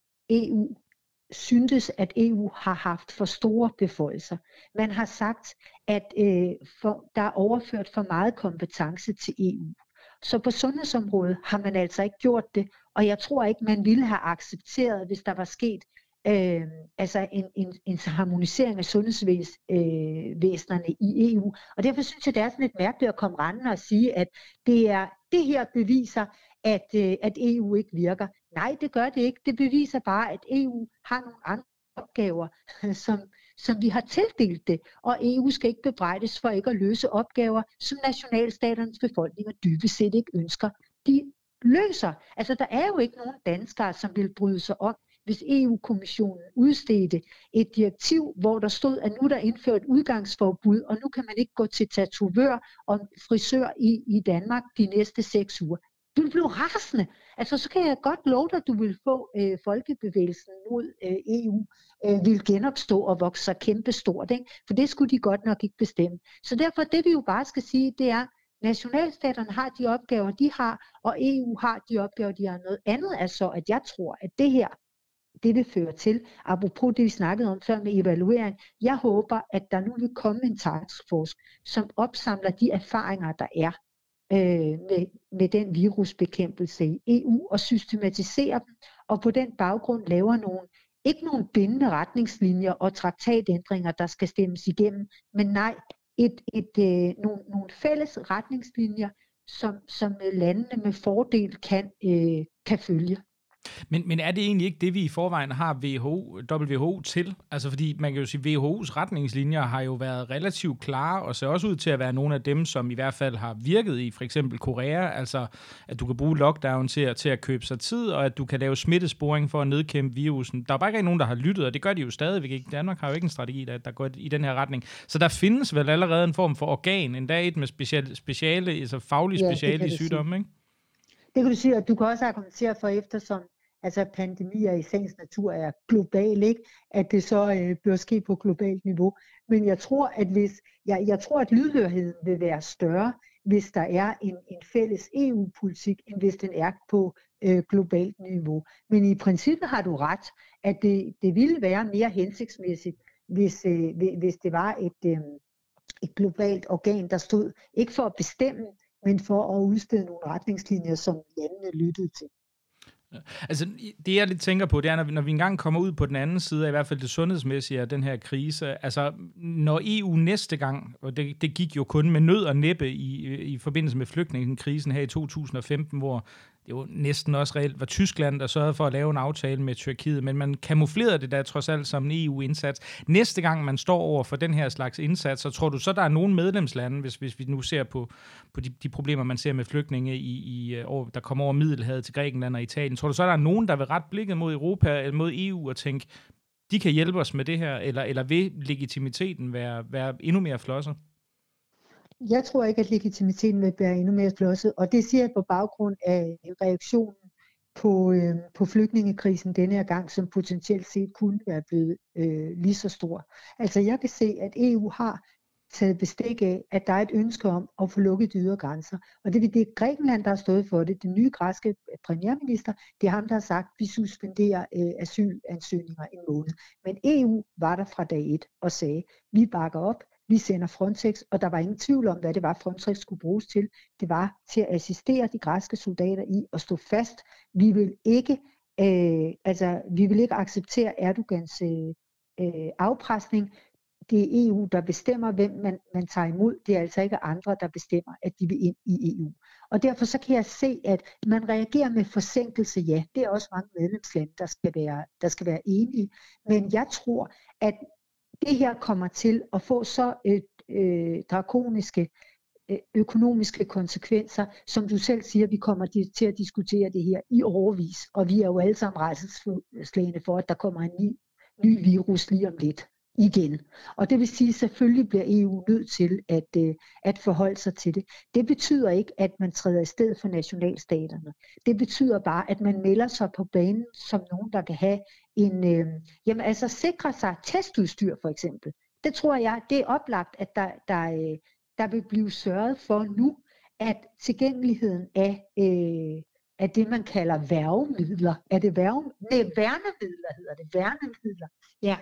E U syntes, at E U har haft for store beføjelser. Man har sagt, at øh, for, der er overført for meget kompetence til E U. Så på sundhedsområdet har man altså ikke gjort det, og jeg tror ikke, man ville have accepteret, hvis der var sket øh, altså en, en, en harmonisering af sundhedsvæsenerne øh, i E U. Og derfor synes jeg, det er sådan lidt mærkeligt at komme rendende og sige, at det, er, det her beviser, at, øh, at E U ikke virker. Nej, det gør det ikke. Det beviser bare, at E U har nogle andre opgaver, som, som vi har tildelt det. Og E U skal ikke bebrejdes for ikke at løse opgaver, som nationalstaternes befolkninger dybest set ikke ønsker. De løser. Altså, der er jo ikke nogen danskere, som vil bryde sig om, hvis E U-kommissionen udstedte et direktiv, hvor der stod, at nu er der indført udgangsforbud, og nu kan man ikke gå til tatovør og frisør i, i Danmark de næste seks uger. Du vil blive rasende. Altså, så kan jeg godt love dig, at du vil få øh, folkebevægelsen mod øh, E U, øh, vil genopstå og vokse sig kæmpestort, ikke? For det skulle de godt nok ikke bestemme. Så derfor, det vi jo bare skal sige, det er, nationalstaterne har de opgaver, de har, og E U har de opgaver, de har. Noget andet er så, at jeg tror, at det her, det vil føre til, apropos det vi snakkede om før med evaluering, jeg håber, at der nu vil komme en taskforce, som opsamler de erfaringer, der er øh, med, med den virusbekæmpelse i E U, og systematiserer dem, og på den baggrund laver nogle, ikke nogle bindende retningslinjer og traktatændringer, der skal stemmes igennem, men nej, et, et, øh, nogle, nogle fælles retningslinjer, som, som landene med fordel kan, øh, kan følge. Men, men er det egentlig ikke det, vi i forvejen har W H O, W H O til? Altså fordi man kan jo sige, at W H O's retningslinjer har jo været relativt klare, og ser også ud til at være nogle af dem, som i hvert fald har virket i for eksempel Korea, altså at du kan bruge lockdown til at, til at købe sig tid, og at du kan lave smittesporing for at nedkæmpe virusen. Der er bare ikke nogen, der har lyttet, og det gør de jo stadigvæk ikke. Danmark har jo ikke en strategi, der, der går i den her retning. Så der findes vel allerede en form for organ, endda et med speciale, speciale altså faglige ja, speciale i sygdomme, ikke? Det kan du sige, og du kan også argumentere for, eftersom altså pandemier i sagens natur er global, ikke? At det så øh, bør ske på globalt niveau. Men jeg tror, at hvis jeg, jeg tror, at lydhørheden vil være større, hvis der er en, en fælles E U-politik, end hvis den er på øh, globalt niveau. Men i princippet har du ret, at det, det ville være mere hensigtsmæssigt, hvis, øh, hvis det var et, øh, et globalt organ, der stod ikke for at bestemme, men for at udstede nogle retningslinjer, som landene lyttede til. Altså, det jeg lidt tænker på, det er, når vi, når vi engang kommer ud på den anden side af i hvert fald det sundhedsmæssige af den her krise, altså, når E U næste gang, og det, det gik jo kun med nød og næppe i, i forbindelse med flygtningekrisen her i to tusind og femten, hvor det jo næsten også reelt var Tyskland, der sørgede for at lave en aftale med Tyrkiet, men man kamuflerede det der trods alt som en E U-indsats. Næste gang man står over for den her slags indsats, så tror du så, der er nogle medlemslande, hvis, hvis vi nu ser på, på de, de problemer, man ser med flygtninge, i, i, der kommer over Middelhavet til Grækenland og Italien, tror du så, der er nogen, der vil rette blikket mod Europa eller mod E U og tænke, de kan hjælpe os med det her, eller, eller vil legitimiteten være, være endnu mere flosset? Jeg tror ikke, at legitimiteten vil være endnu mere flosset, og det siger jeg på baggrund af reaktionen på, øh, på flygtningekrisen denne her gang, som potentielt set kunne være blevet øh, lige så stor. Altså jeg kan se, at E U har taget bestik af, at der er et ønske om at få lukket de ydre grænser, og det er det Grækenland, der har stået for det. Den nye græske premierminister, det er ham, der har sagt, at vi suspenderer øh, asylansøgninger en måned. Men E U var der fra dag et og sagde, vi bakker op, vi sender Frontex, og der var ingen tvivl om, hvad det var, Frontex skulle bruges til. Det var til at assistere de græske soldater i at stå fast. Vi vil ikke, øh, altså, vi vil ikke acceptere Erdogans øh, afpresning. Det er E U, der bestemmer, hvem man, man tager imod. Det er altså ikke andre, der bestemmer, at de vil ind i E U. Og derfor så kan jeg se, at man reagerer med forsinkelse. Ja, det er også mange medlemslande, der skal være, der skal være enige. Men jeg tror, at det her kommer til at få så øh, øh, drakoniske øh, økonomiske konsekvenser, som du selv siger, vi kommer til at diskutere det her i årevis, og vi er jo alle sammen rædselsslagne for, at der kommer en ny ny virus lige om lidt igen. Og det vil sige, at selvfølgelig bliver E U nødt til at, øh, at forholde sig til det. Det betyder ikke, at man træder i stedet for nationalstaterne. Det betyder bare, at man melder sig på banen som nogen, der kan have en, øh, jamen altså sikre sig testudstyr for eksempel. Det tror jeg, det er oplagt, at der, der, øh, der vil blive sørget for nu, at tilgængeligheden af, øh, af det, man kalder værgemidler, er det værge? Nej, værnemidler hedder det, værnemidler, ja.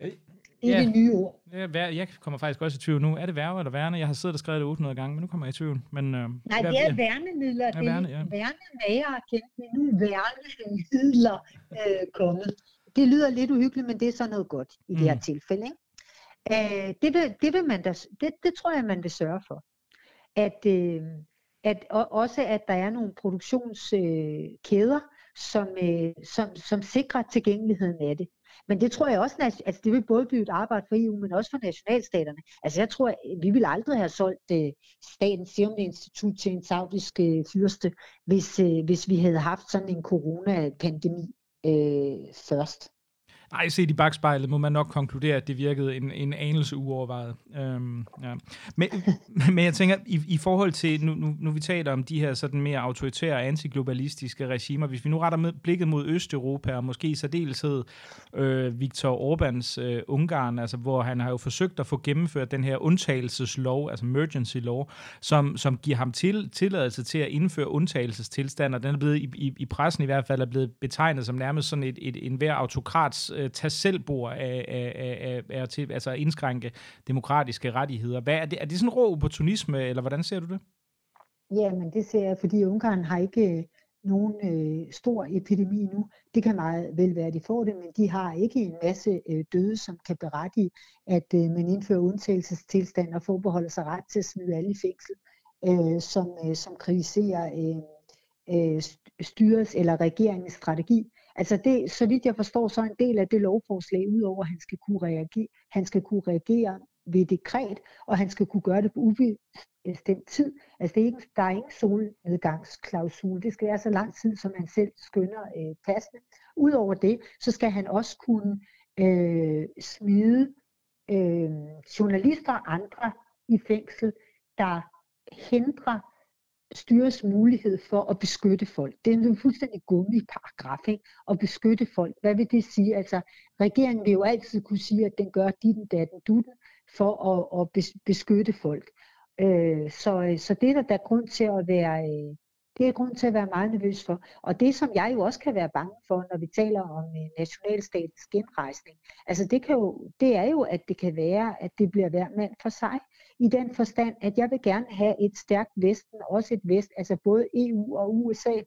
Det er ja, det nye ord. Jeg kommer faktisk også i tvivl nu. Er det værge eller værne? Jeg har siddet og skrevet det otte hundrede gange, men nu kommer jeg i tvivl. Men, øh, Nej, det er værnemidler. Ja, det er værne, ja. Værnemager kendt, men nu er værnemidler øh, kommet. Det lyder lidt uhyggeligt, men det er så noget godt i mm. det her tilfælde. Ikke? Øh, det, vil, det, vil man da, det, det tror jeg, man vil sørge for. At, øh, at og, også at der er nogle produktionskæder, øh, som, øh, som, som sikrer tilgængeligheden af det. Men det tror jeg også, altså det vil både blive et arbejde for E U, men også for nationalstaterne. Altså jeg tror, vi ville aldrig have solgt uh, Statens Serum Institut til en saudisk uh, fyrste, hvis, uh, hvis vi havde haft sådan en coronapandemi uh, først. Ej, set i bagspejlet må man nok konkludere, at det virkede en, en anelse uovervejet. Øhm, ja. men, men jeg tænker, i, i forhold til, nu, nu, nu vi taler om de her sådan mere autoritære, antiglobalistiske regimer, hvis vi nu retter med, blikket mod Østeuropa, og måske i særdeleshed øh, Viktor Orbáns øh, Ungarn, altså hvor han har jo forsøgt at få gennemført den her undtagelseslov, altså emergency law, som, som giver ham til, tilladelse til at indføre undtagelsestilstand, og den er blevet i, i, i pressen i hvert fald er blevet betegnet som nærmest sådan et, et, en hver autokrats tage selvbord af, af, af, af til, altså at indskrænke demokratiske rettigheder. Hvad er det? Er det sådan rå opportunisme, eller hvordan ser du det? Ja, men det ser jeg, fordi Ungarn har ikke nogen øh, stor epidemi nu. Det kan meget vel være, at de får det, men de har ikke en masse øh, døde, som kan berettige, at øh, man indfører undtagelsestilstand og forbeholder sig ret til at smide alle i fængsel, øh, som, øh, som kritiserer øh, øh, styrets eller regeringens strategi. Altså det, så vidt jeg forstår, så er en del af det lovforslag, udover at han skal kunne reagere, han skal kunne reagere ved dekret, og han skal kunne gøre det på ubestemt tid. Altså det er ikke, der er ingen solnedgangsklausul. Det skal være så lang tid, som han selv skønner øh, passende. Udover det, så skal han også kunne øh, smide øh, journalister og andre i fængsel, der hindrer styres mulighed for at beskytte folk. Det er en fuldstændig gummiparagraf, ikke? At beskytte folk. Hvad vil det sige? Altså, regeringen vil jo altid kunne sige, at den gør ditten, datten, dutten, for at, at beskytte folk. Øh, så, så det er der, der er grund til at være, det er grund til at være meget nervøs for. Og det, som jeg jo også kan være bange for, når vi taler om nationalstatens genrejsning, altså det, kan jo, det er jo, at det kan være, at det bliver hver mand for sig. I den forstand, at jeg vil gerne have et stærkt Vesten, også et Vest, altså både E U og U S A,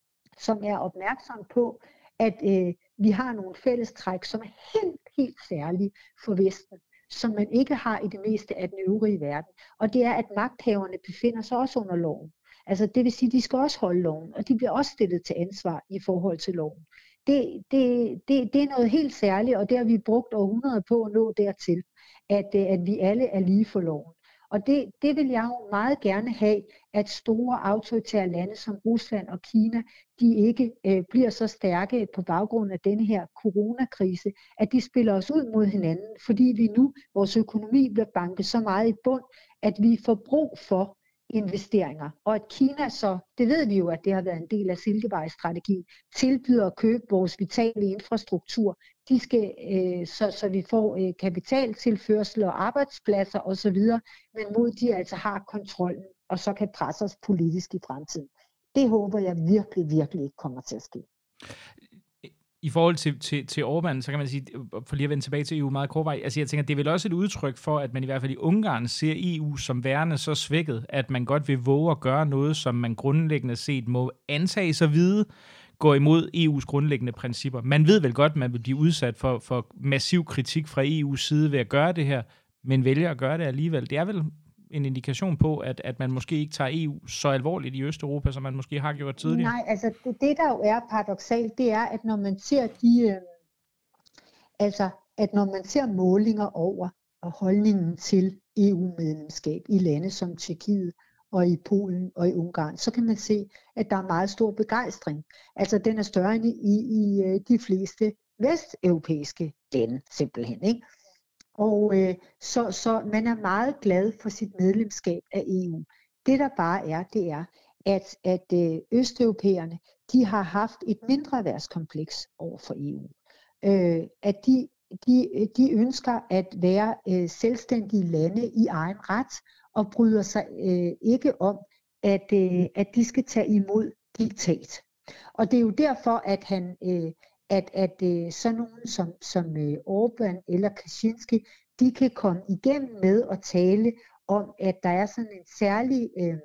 som er opmærksom på, at øh, vi har nogle fællestræk, som er helt, helt særlige for Vesten, som man ikke har i det meste af den øvrige verden. Og det er, at magthaverne befinder sig også under loven. Altså det vil sige, at de skal også holde loven, og de bliver også stillet til ansvar i forhold til loven. Det, det, det, det er noget helt særligt, og det har vi brugt århundreder på at nå dertil, at, at vi alle er lige for loven. Og det, det vil jeg jo meget gerne have, at store autoritære lande som Rusland og Kina, de ikke øh, bliver så stærke på baggrund af denne her coronakrise, at de spiller os ud mod hinanden, fordi vi nu, vores økonomi bliver banket så meget i bund, at vi får brug for investeringer. Og at Kina så, det ved vi jo, at det har været en del af Silkevejsstrategien, tilbyder at købe vores vitale infrastruktur. De skal, øh, så, så vi får øh, kapitaltilførsel og arbejdspladser osv., men mod de altså har kontrollen, og så kan presse os politisk i fremtiden. Det håber jeg virkelig, virkelig ikke kommer til at ske. I forhold til, til, til Orbán, så kan man sige, for lige at vende tilbage til E U meget kortvej, altså jeg tænker, det er vel også et udtryk for, at man i hvert fald i Ungarn ser E U som værende så svækket, at man godt vil våge at gøre noget, som man grundlæggende set må antage sig vide, går imod E U's grundlæggende principper. Man ved vel godt, at man vil blive udsat for, for massiv kritik fra E U's side ved at gøre det her, men vælger at gøre det alligevel. Det er vel en indikation på, at, at man måske ikke tager E U så alvorligt i Østeuropa, som man måske har gjort tidligere? Nej, altså det, det der jo er paradoksalt, det er, at når man ser de, øh, altså at når man ser målinger over og holdningen til E U-medlemskab i lande som Tjekkiet og i Polen og i Ungarn, så kan man se, at der er meget stor begejstring. Altså den er større end i, i, i de fleste vesteuropæiske lande, simpelthen, ikke? Og øh, så, så man er meget glad for sit medlemskab af E U. Det der bare er, det er, at, at øh, østeuropæerne, de har haft et mindre værtskompleks over for E U. Øh, at de, de, de ønsker at være øh, selvstændige lande i egen ret, og bryder sig øh, ikke om, at, øh, at de skal tage imod diktat. Og det er jo derfor, at han... Øh, at, at øh, sådan nogen som, som øh, Orbán eller Kaczynski, de kan komme igennem med at tale om, at der er sådan en særlig, øh,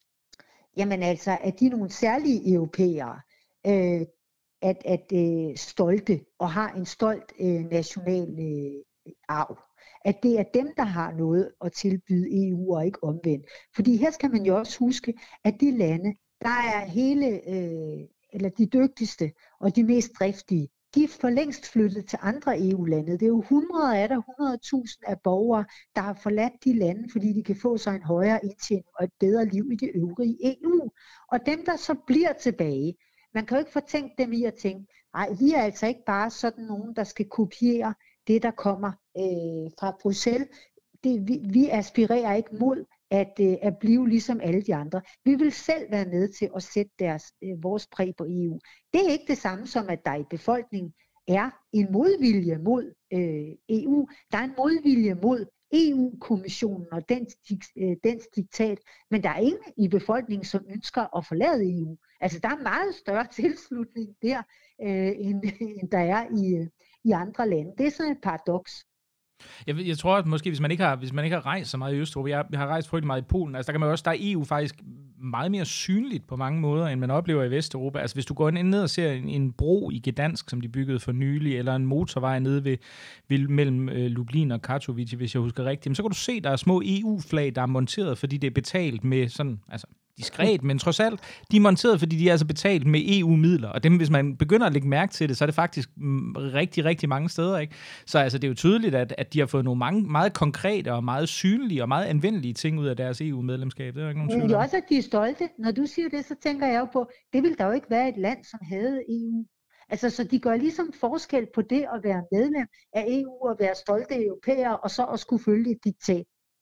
jamen altså, at de er nogle særlige europæere, øh, at, at øh, stolte og har en stolt øh, national øh, arv. At det er dem, der har noget at tilbyde E U og ikke omvendt. Fordi her skal man jo også huske, at de lande, der er hele... Øh, eller de dygtigste og de mest driftige, de er for længst flyttet til andre E U-lande. Det er jo hundreder af der, hundrede tusind af borgere, der har forladt de lande, fordi de kan få sig en højere indtjening og et bedre liv i det øvrige E U. Og dem, der så bliver tilbage, man kan jo ikke fortænke dem i at tænke, nej, vi er altså ikke bare sådan nogen, der skal kopiere det, der kommer øh, fra Bruxelles. Det, vi, vi aspirerer ikke mod At, øh, at blive ligesom alle de andre. Vi vil selv være med til at sætte deres, øh, vores præg på E U. Det er ikke det samme som, at der i befolkningen er en modvilje mod øh, E U. Der er en modvilje mod E U-kommissionen og dens, øh, dens diktat, men der er ingen i befolkningen, som ønsker at forlade E U. Altså, der er meget større tilslutning der, øh, end, end der er i, øh, i andre lande. Det er sådan et paradoks. Jeg, jeg tror, at måske, hvis man ikke har, hvis man ikke har rejst så meget i Østeuropa, jeg, jeg har rejst frygtelig meget i Polen, altså der kan man også, der er E U faktisk meget mere synligt på mange måder, end man oplever i Vesteuropa. Altså hvis du går ned og ser en, en bro i Gdansk, som de byggede for nylig, eller en motorvej nede ved, ved mellem øh, Lublin og Katowice, hvis jeg husker rigtigt, så kan du se, der er små E U-flag, der er monteret, fordi det er betalt med sådan, altså diskret, men trods alt, de er monteret, fordi de er altså betalt med E U-midler, og dem, hvis man begynder at lægge mærke til det, så er det faktisk mm, rigtig, rigtig mange steder, ikke? Så altså, det er jo tydeligt, at, at de har fået nogle mange, meget konkrete og meget synlige og meget anvendelige ting ud af deres E U-medlemskab. Det er jo ikke nogen tvivl om. Men det er også, at de er stolte. Når du siger det, så tænker jeg jo på, det ville der jo ikke være et land, som havde E U. Altså, så de gør ligesom forskel på det at være medlem af E U og være stolte europæere, og så at skulle følge et diktat.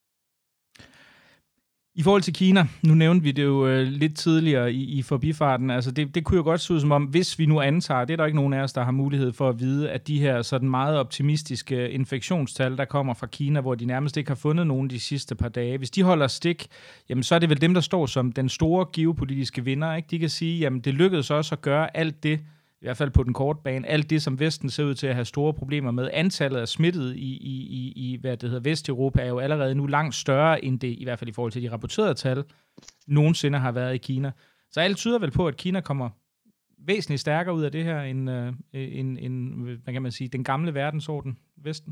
I forhold til Kina, nu nævnte vi det jo øh, lidt tidligere i, i forbifarten, altså det, det kunne jo godt se ud som om, hvis vi nu antager, det er der ikke nogen af os, der har mulighed for at vide, at de her sådan meget optimistiske infektionstal, der kommer fra Kina, hvor de nærmest ikke har fundet nogen de sidste par dage, hvis de holder stik, jamen så er det vel dem, der står som den store geopolitiske vinder, ikke? De kan sige, jamen det lykkedes også at gøre alt det, i hvert fald på den korte bane, alt det, som Vesten ser ud til at have store problemer med. Antallet af smittede i, i, i, i hvad det hedder, Vesteuropa er jo allerede nu langt større, end det, i hvert fald i forhold til de rapporterede tal, nogensinde har været i Kina. Så alt tyder vel på, at Kina kommer væsentligt stærkere ud af det her, end, øh, end, end hvad kan man sige, den gamle verdensorden, Vesten.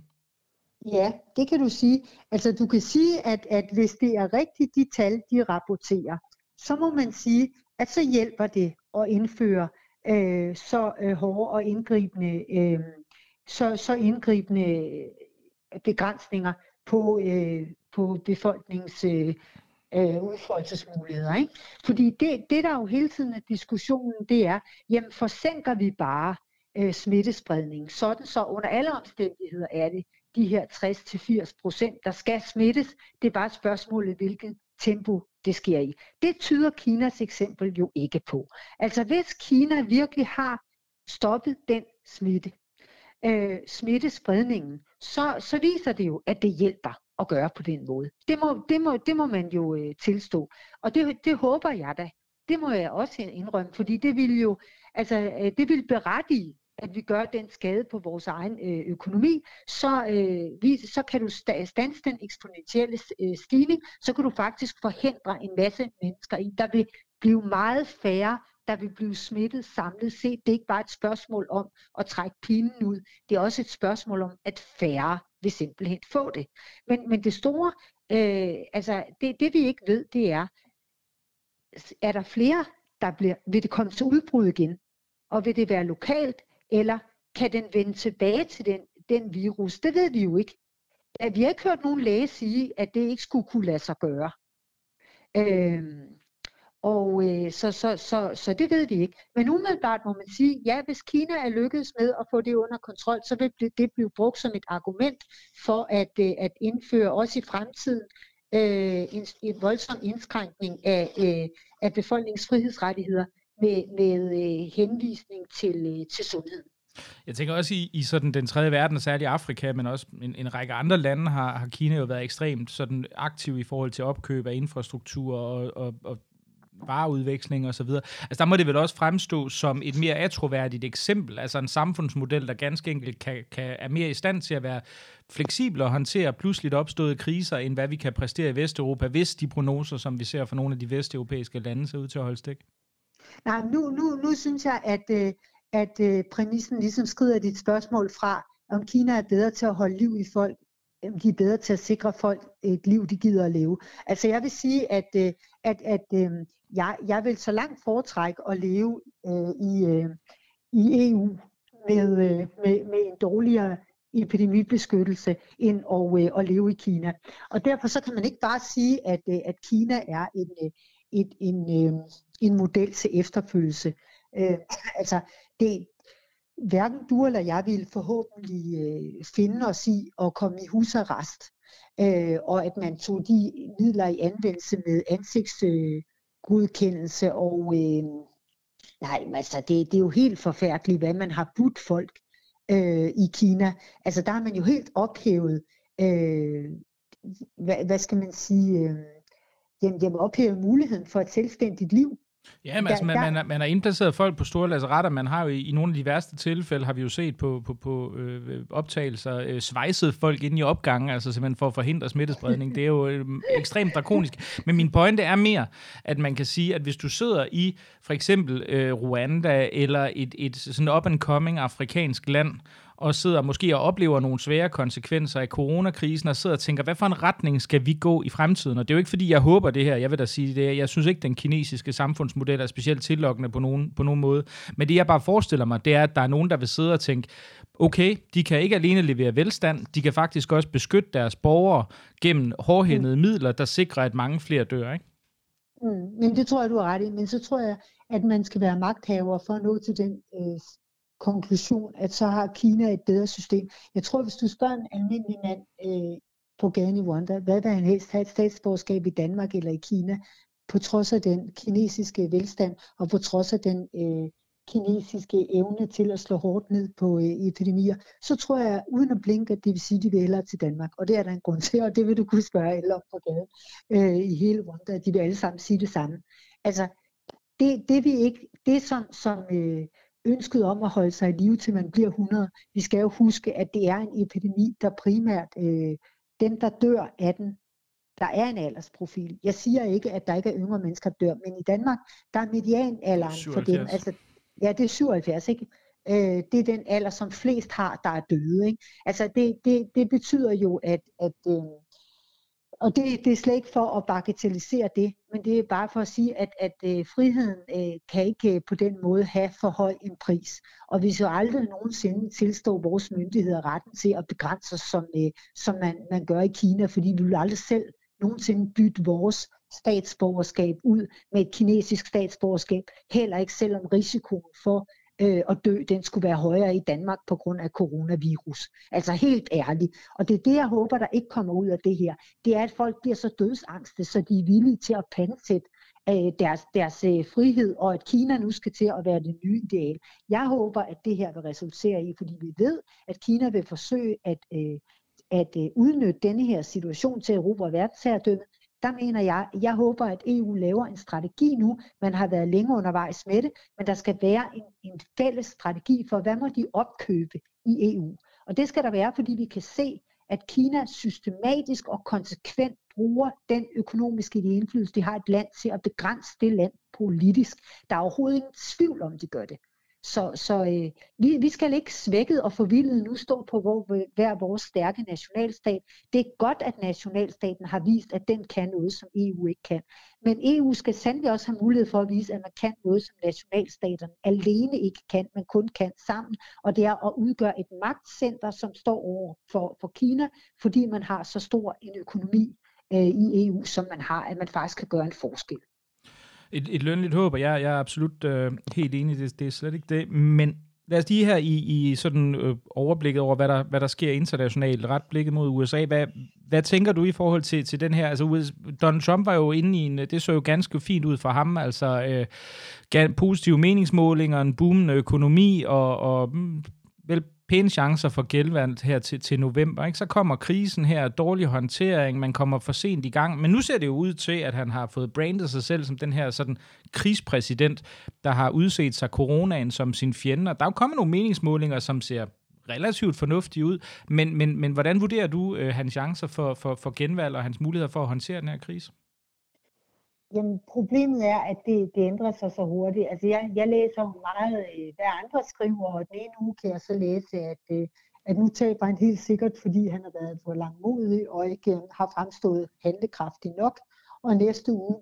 Ja, det kan du sige. Altså du kan sige, at, at hvis det er rigtigt, de tal, de rapporterer, så må man sige, at så hjælper det at indføre Øh, så øh, hårde og indgribende, øh, så, så indgribende begrænsninger på, øh, på befolkningens øh, øh, udfoldelsesmuligheder. Ikke? Fordi det, det, der jo hele tiden er diskussionen, det er, jamen forsænker vi bare øh, smittespredningen, sådan så under alle omstændigheder er det de her tres til firs procent, der skal smittes. Det er bare spørgsmålet, hvilken tempo det sker i. Det tyder Kinas eksempel jo ikke på. Altså hvis Kina virkelig har stoppet den smitte, øh, smittespredningen, så, så viser det jo, at det hjælper at gøre på den måde. Det må, det må, det må man jo øh, tilstå. Og det, det håber jeg da. Det må jeg også indrømme, fordi det vil jo, altså øh, det vil berettige, at vi gør den skade på vores egen øh, økonomi, så, øh, vi, så kan du standse den eksponentielle øh, stigning, så kan du faktisk forhindre en masse mennesker i. Der vil blive meget færre, der vil blive smittet samlet set. Det er ikke bare et spørgsmål om at trække pinen ud, det er også et spørgsmål om, at færre vil simpelthen få det. Men, men det store, øh, altså det, det vi ikke ved, det er, er der flere, der bliver, vil det komme til udbrud igen? Og vil det være lokalt, eller kan den vende tilbage til den, den virus? Det ved vi jo ikke. Vi har ikke hørt nogen læge sige, at det ikke skulle kunne lade sig gøre. Øhm, Og øh, så, så, så, så det ved vi ikke. Men umiddelbart må man sige, ja, hvis Kina er lykkedes med at få det under kontrol, så vil det blive brugt som et argument for at, øh, at indføre også i fremtiden øh, en, en voldsom indskrænkning af, øh, af befolkningens frihedsrettigheder med, med øh, henvisning til, øh, til sundhed. Jeg tænker også i, i sådan den tredje verden, og særligt Afrika, men også en, en række andre lande, har, har Kina jo været ekstremt sådan aktiv i forhold til opkøb af infrastruktur og, og, og vareudveksling og så videre. Altså der må det vel også fremstå som et mere atroværdigt eksempel, altså en samfundsmodel, der ganske enkelt kan, kan, er mere i stand til at være fleksibel og håndtere pludseligt opståede kriser, end hvad vi kan præstere i Vesteuropa, hvis de prognoser, som vi ser fra nogle af de vesteuropæiske lande, ser ud til at holde stik. Nej, nu, nu, nu synes jeg, at, at præmissen ligesom skrider dit spørgsmål fra, om Kina er bedre til at holde liv i folk, om de er bedre til at sikre folk et liv, de gider at leve. Altså jeg vil sige, at, at, at, at jeg, jeg vil så langt foretrække at leve øh, i, øh, i E U med, øh, med, med en dårligere epidemibeskyttelse, end at, øh, at leve i Kina. Og derfor så kan man ikke bare sige, at, øh, at Kina er en, et, en, øh, en model til efterfølgelse. Øh, altså det hverken du eller jeg ville forhåbentlig øh, finde os i at komme i husarrest, øh, og at man tog de midler i anvendelse med ansigtsgodkendelse, øh, og øh, nej, altså det, det er jo helt forfærdeligt, hvad man har budt folk øh, i Kina. Altså der har man jo helt ophævet, øh, hvad, hvad skal man sige, øh, jamen, jamen ophævet muligheden for et selvstændigt liv. Ja, men altså, man, man, man har indplaceret folk på store lazaretter. Man har jo i, i nogle af de værste tilfælde, har vi jo set på, på, på øh, optagelser, øh, svejset folk ind i opgangen, altså simpelthen for at forhindre smittespredning. Det er jo øh, ekstremt drakonisk. Men min pointe er mere, at man kan sige, at hvis du sidder i for eksempel øh, Rwanda eller et, et sådan up-and-coming afrikansk land, og sidder måske og oplever nogle svære konsekvenser af coronakrisen, og sidder og tænker, hvad for en retning skal vi gå i fremtiden? Og det er jo ikke, fordi jeg håber det her, jeg vil da sige det, jeg synes ikke, den kinesiske samfundsmodel er specielt tillokkende på nogen, på nogen måde, men det jeg bare forestiller mig, det er, at der er nogen, der vil sidde og tænke, okay, de kan ikke alene levere velstand, de kan faktisk også beskytte deres borgere gennem hårdhændede mm. midler, der sikrer, at mange flere dør, ikke? Mm, men det tror jeg, du har ret i, men så tror jeg, at man skal være magthaver for at nå til den øh, konklusion, at så har Kina et bedre system. Jeg tror, hvis du spørger en almindelig mand øh, på gaden i Rwanda, hvad vil han helst have, et statsborgerskab i Danmark eller i Kina, på trods af den kinesiske velstand, og på trods af den øh, kinesiske evne til at slå hårdt ned på øh, epidemier, så tror jeg, uden at blinke, at det vil sige, at de vil hellere til Danmark. Og det er der en grund til, og det vil du kunne spørge alle om på gaden øh, i hele Rwanda. De vil alle sammen sige det samme. Altså, det, det, vi ikke, det som, som øh, ønsket om at holde sig i live, til man bliver hundrede. Vi skal jo huske, at det er en epidemi, der primært, øh, dem der dør af den, der er en aldersprofil. Jeg siger ikke, at der ikke er yngre mennesker, der dør, men i Danmark, der er medianalderen for dem, altså, ja, det er syvoghalvfjerds, ikke? Øh, det er den alder, som flest har, der er døde, ikke? Altså, det, det, det betyder jo, at, at øh, og det, det er slet ikke for at bagatellisere det, men det er bare for at sige, at, at øh, friheden øh, kan ikke øh, på den måde have for høj en pris. Og vi skal aldrig nogensinde tilstå vores myndigheder retten til at begrænse os, som, øh, som man, man gør i Kina, fordi vi vil aldrig selv nogensinde bytte vores statsborgerskab ud med et kinesisk statsborgerskab, heller ikke selvom risikoen for øh, at dø, den skulle være højere i Danmark på grund af coronavirus. Altså helt ærligt. Og det er det, jeg håber, der ikke kommer ud af det her. Det er, at folk bliver så dødsangste, så de er villige til at pansætte øh, deres, deres øh, frihed, og at Kina nu skal til at være det nye ideal. Jeg håber, at det her vil resultere i, fordi vi ved, at Kina vil forsøge at, øh, at øh, udnytte denne her situation til at erobre verdensherredømmet. Der mener jeg, jeg håber, at E U laver en strategi nu. Man har været længe undervejs med det, men der skal være en, en fælles strategi for, hvad må de opkøbe i E U. Og det skal der være, fordi vi kan se, at Kina systematisk og konsekvent bruger den økonomiske indflydelse, de har et land, til at begrænse det land politisk. Der er overhovedet ingen tvivl om, de gør det. Så, så øh, vi, vi skal ikke svækket og forvildet nu stå på hvor, hver vores stærke nationalstat. Det er godt, at nationalstaten har vist, at den kan noget, som E U ikke kan. Men E U skal sandelig også have mulighed for at vise, at man kan noget, som nationalstaterne alene ikke kan, men kun kan sammen. Og det er at udgøre et magtcenter, som står over for, for Kina, fordi man har så stor en økonomi øh, i E U, som man har, at man faktisk kan gøre en forskel. Et, et lønligt håb, og jeg, jeg er absolut øh, helt enig, det, det er slet ikke det. Men lad os lige her i, i sådan øh, overblikket over, hvad der, hvad der sker internationalt, ret blikket mod U S A. Hvad, hvad tænker du i forhold til, til den her? Altså, Donald Trump var jo inde i en, det så jo ganske fint ud for ham, altså øh, positive meningsmålinger, en boomende økonomi, og, og mm, vel pæne chancer for genvalg her til, til november. Ikke? Så kommer krisen her, dårlig håndtering, man kommer for sent i gang, men nu ser det jo ud til, at han har fået brandet sig selv som den her sådan krigspræsident, der har udset sig coronaen som sin fjende, og der er jo kommet nogle meningsmålinger, som ser relativt fornuftige ud, men, men, men hvordan vurderer du øh, hans chancer for, for, for genvalg og hans muligheder for at håndtere den her krise? Jamen, problemet er, at det, det ændrer sig så hurtigt. Altså, jeg, jeg læser jo meget, øh, hvad andre skriver, og den ene uge kan jeg så læse, at, øh, at nu taber han helt sikkert, fordi han har været for langmodig og ikke øh, har fremstået handlekraftig nok. Og næste uge,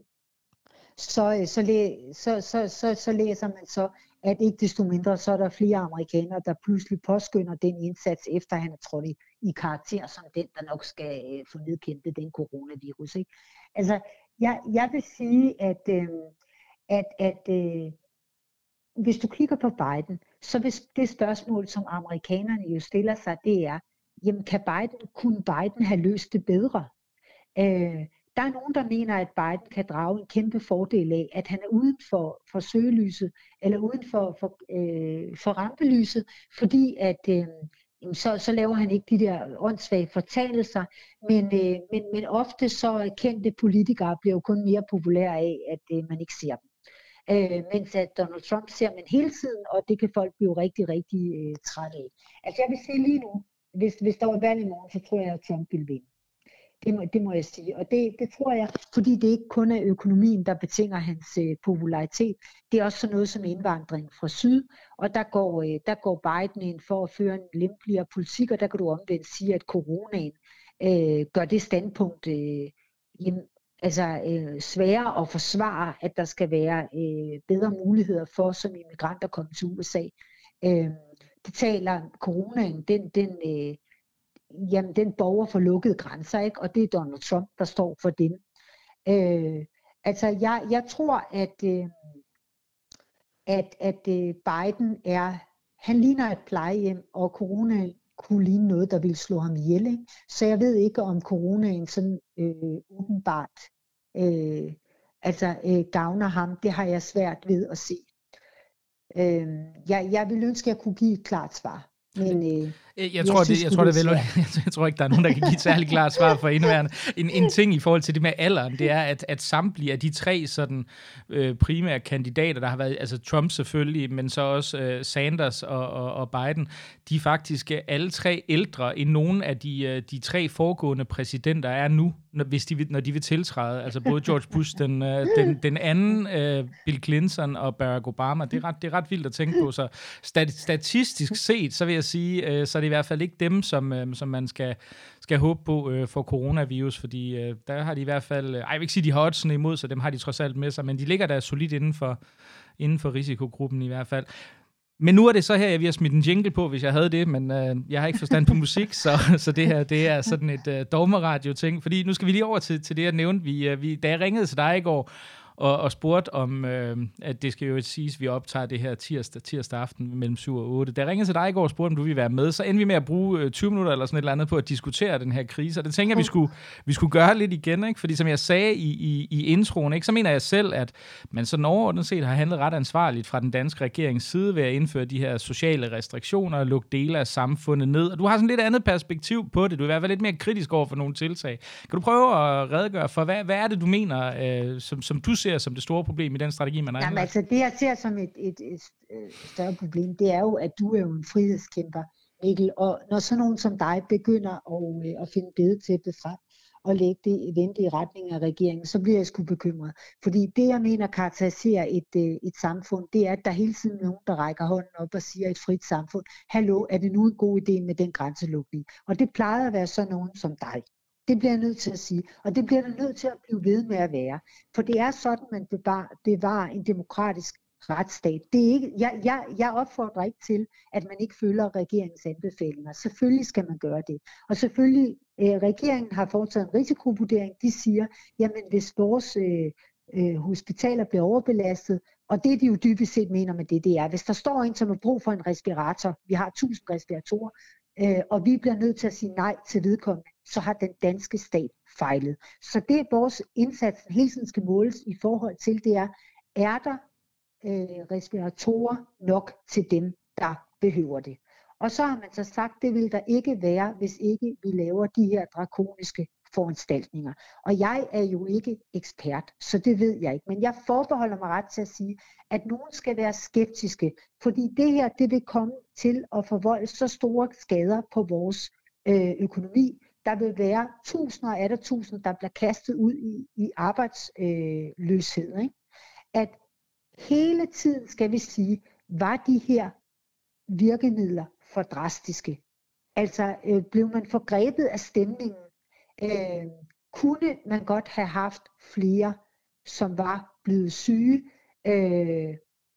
så, øh, så, læ, så, så, så, så læser man så, at ikke desto mindre, så er der flere amerikanere, der pludselig påskynder den indsats, efter han er trådt i, i karakter, som den, der nok skal øh, få nedkæmpet den coronavirus. Ikke? Altså, Jeg, jeg vil sige, at, øh, at, at øh, hvis du kigger på Biden, så hvis det spørgsmål, som amerikanerne jo stiller sig, det er, jamen kan Biden, kunne Biden have løst det bedre? Øh, der er nogen, der mener, at Biden kan drage en kæmpe fordel af, at han er uden for, for søgelyset, eller uden for, for, øh, for rampelyset, fordi at... Øh, Så, så laver han ikke de der åndssvage fortalelser, men, øh, men, men ofte så kendte politikere bliver jo kun mere populære af, at øh, man ikke ser dem. Øh, mens at Donald Trump ser man hele tiden, og det kan folk blive rigtig, rigtig øh, trætte af. Altså jeg vil sige lige nu, hvis, hvis der var valg i morgen, så tror jeg, at Trump vil vinde. Det må, det må jeg sige, og det, det tror jeg, fordi det ikke kun er økonomien, der betinger hans øh, popularitet. Det er også sådan noget som indvandring fra syd, og der går, øh, der går Biden ind for at føre en lempeligere politik, og der kan du omvendt sige, at coronaen øh, gør det standpunkt øh, jamen, altså, øh, sværere at forsvare, at der skal være øh, bedre muligheder for som immigranter at komme til U S A. Øh, det taler coronaen, den... den øh, jamen den borger for lukkede grænser, ikke? Og det er Donald Trump, der står for den. Øh, altså jeg, jeg tror, at, øh, at, at øh, Biden er, han ligner et plejehjem, og corona kunne ligne noget, der ville slå ham ihjel. Ikke? Så jeg ved ikke, om coronaen sådan øh, åbenbart øh, altså, øh, gavner ham. Det har jeg svært ved at se. Øh, jeg, jeg vil ønske, at jeg kunne give et klart svar. Men, øh, jeg, jeg, tror, jeg, det, jeg, tror, det vel, jeg tror ikke, der er nogen, der kan give et særligt klart svar for indværende. En, en ting i forhold til det med alderen, det er, at, at samtlige af de tre sådan, øh, primære kandidater, der har været, altså Trump selvfølgelig, men så også øh, Sanders og, og, og Biden, de er faktisk alle tre ældre end nogen af de, de tre foregående præsidenter er nu, når, hvis de, når de vil tiltræde. Altså både George Bush, den, den, den anden, øh, Bill Clinton og Barack Obama. Det er ret, det er ret vildt at tænke på. Så stat, statistisk set, så vil jeg sige, øh, så er det i hvert fald ikke dem, som, øh, som man skal, skal håbe på øh, for coronavirus, fordi øh, der har de i hvert fald, øh, ej, jeg vil ikke sige, de har oddsene imod sig, dem har de trods alt med sig, men de ligger der solidt inden for, inden for risikogruppen i hvert fald. Men nu er det så her, jeg vil have smidt en jingle på, hvis jeg havde det, men øh, jeg har ikke forstand på musik, så, så det her, det er sådan et øh, dogmeradio-ting, fordi nu skal vi lige over til, til det, jeg nævnte. Vi, øh, vi, da jeg ringede til dig i går, og, og spurgte om, øh, at det skal jo siges, at vi optager det her tirsdag, tirsdag aften mellem syv og otte. Da jeg ringede til dig i går og spurgte, om du ville være med, så endte vi med at bruge tyve minutter eller sådan et eller andet på at diskutere den her krise. Og det tænker jeg, vi skulle, vi skulle gøre lidt igen, ikke? Fordi som jeg sagde i, i, i introen, ikke, så mener jeg selv, at man sådan overordnet set har handlet ret ansvarligt fra den danske regerings side ved at indføre de her sociale restriktioner og lukke dele af samfundet ned. Og du har sådan lidt andet perspektiv på det. Du er i hvert fald lidt mere kritisk over for nogle tiltag. Kan du prøve at redegøre for, hvad, hvad er det, du mener, øh, som, som du ser som det store problem i den strategi, man har? Jamen altså, det jeg ser som et, et, et, et større problem, det er jo, at du er jo en frihedskæmper, Mikkel, og når sådan nogen som dig begynder at, at finde bedetæppet frem og lægge det vente i retning af regeringen, så bliver jeg sgu bekymret. Fordi det, jeg mener karakteriserer et, et samfund, det er, at der hele tiden er nogen, der rækker hånden op og siger et frit samfund, hallo, er det nu en god idé med den grænselukning? Og det plejede at være sådan nogen som dig. Det bliver jeg nødt til at sige, og det bliver der nødt til at blive ved med at være. For det er sådan, man bevarer, bevarer en demokratisk retsstat. Det er ikke, jeg, jeg, jeg opfordrer ikke til, at man ikke følger regeringens anbefalinger. Selvfølgelig skal man gøre det. Og selvfølgelig, øh, regeringen har foretaget en risikovurdering. De siger, jamen hvis vores øh, øh, hospitaler bliver overbelastet, og det de jo dybest set mener med det, det er, hvis der står en, som har brug for en respirator, vi har tusind respiratorer, øh, og vi bliver nødt til at sige nej til vedkommende, så har den danske stat fejlet. Så det vores indsats hele tiden skal måles i forhold til, det er, er der øh, respiratorer nok til dem, der behøver det. Og så har man så sagt, det vil der ikke være, hvis ikke vi laver de her drakoniske foranstaltninger. Og jeg er jo ikke ekspert, så det ved jeg ikke. Men jeg forbeholder mig ret til at sige, at nogen skal være skeptiske, fordi det her, det vil komme til at forvolde så store skader på vores øh, økonomi. Der vil være tusinder og atter tusinder, der bliver kastet ud i, i arbejdsløshed. Øh, ikke? At hele tiden skal vi sige, var de her virkemidler for drastiske? Altså øh, blev man forgrebet af stemningen? Øh, kunne man godt have haft flere, som var blevet syge øh,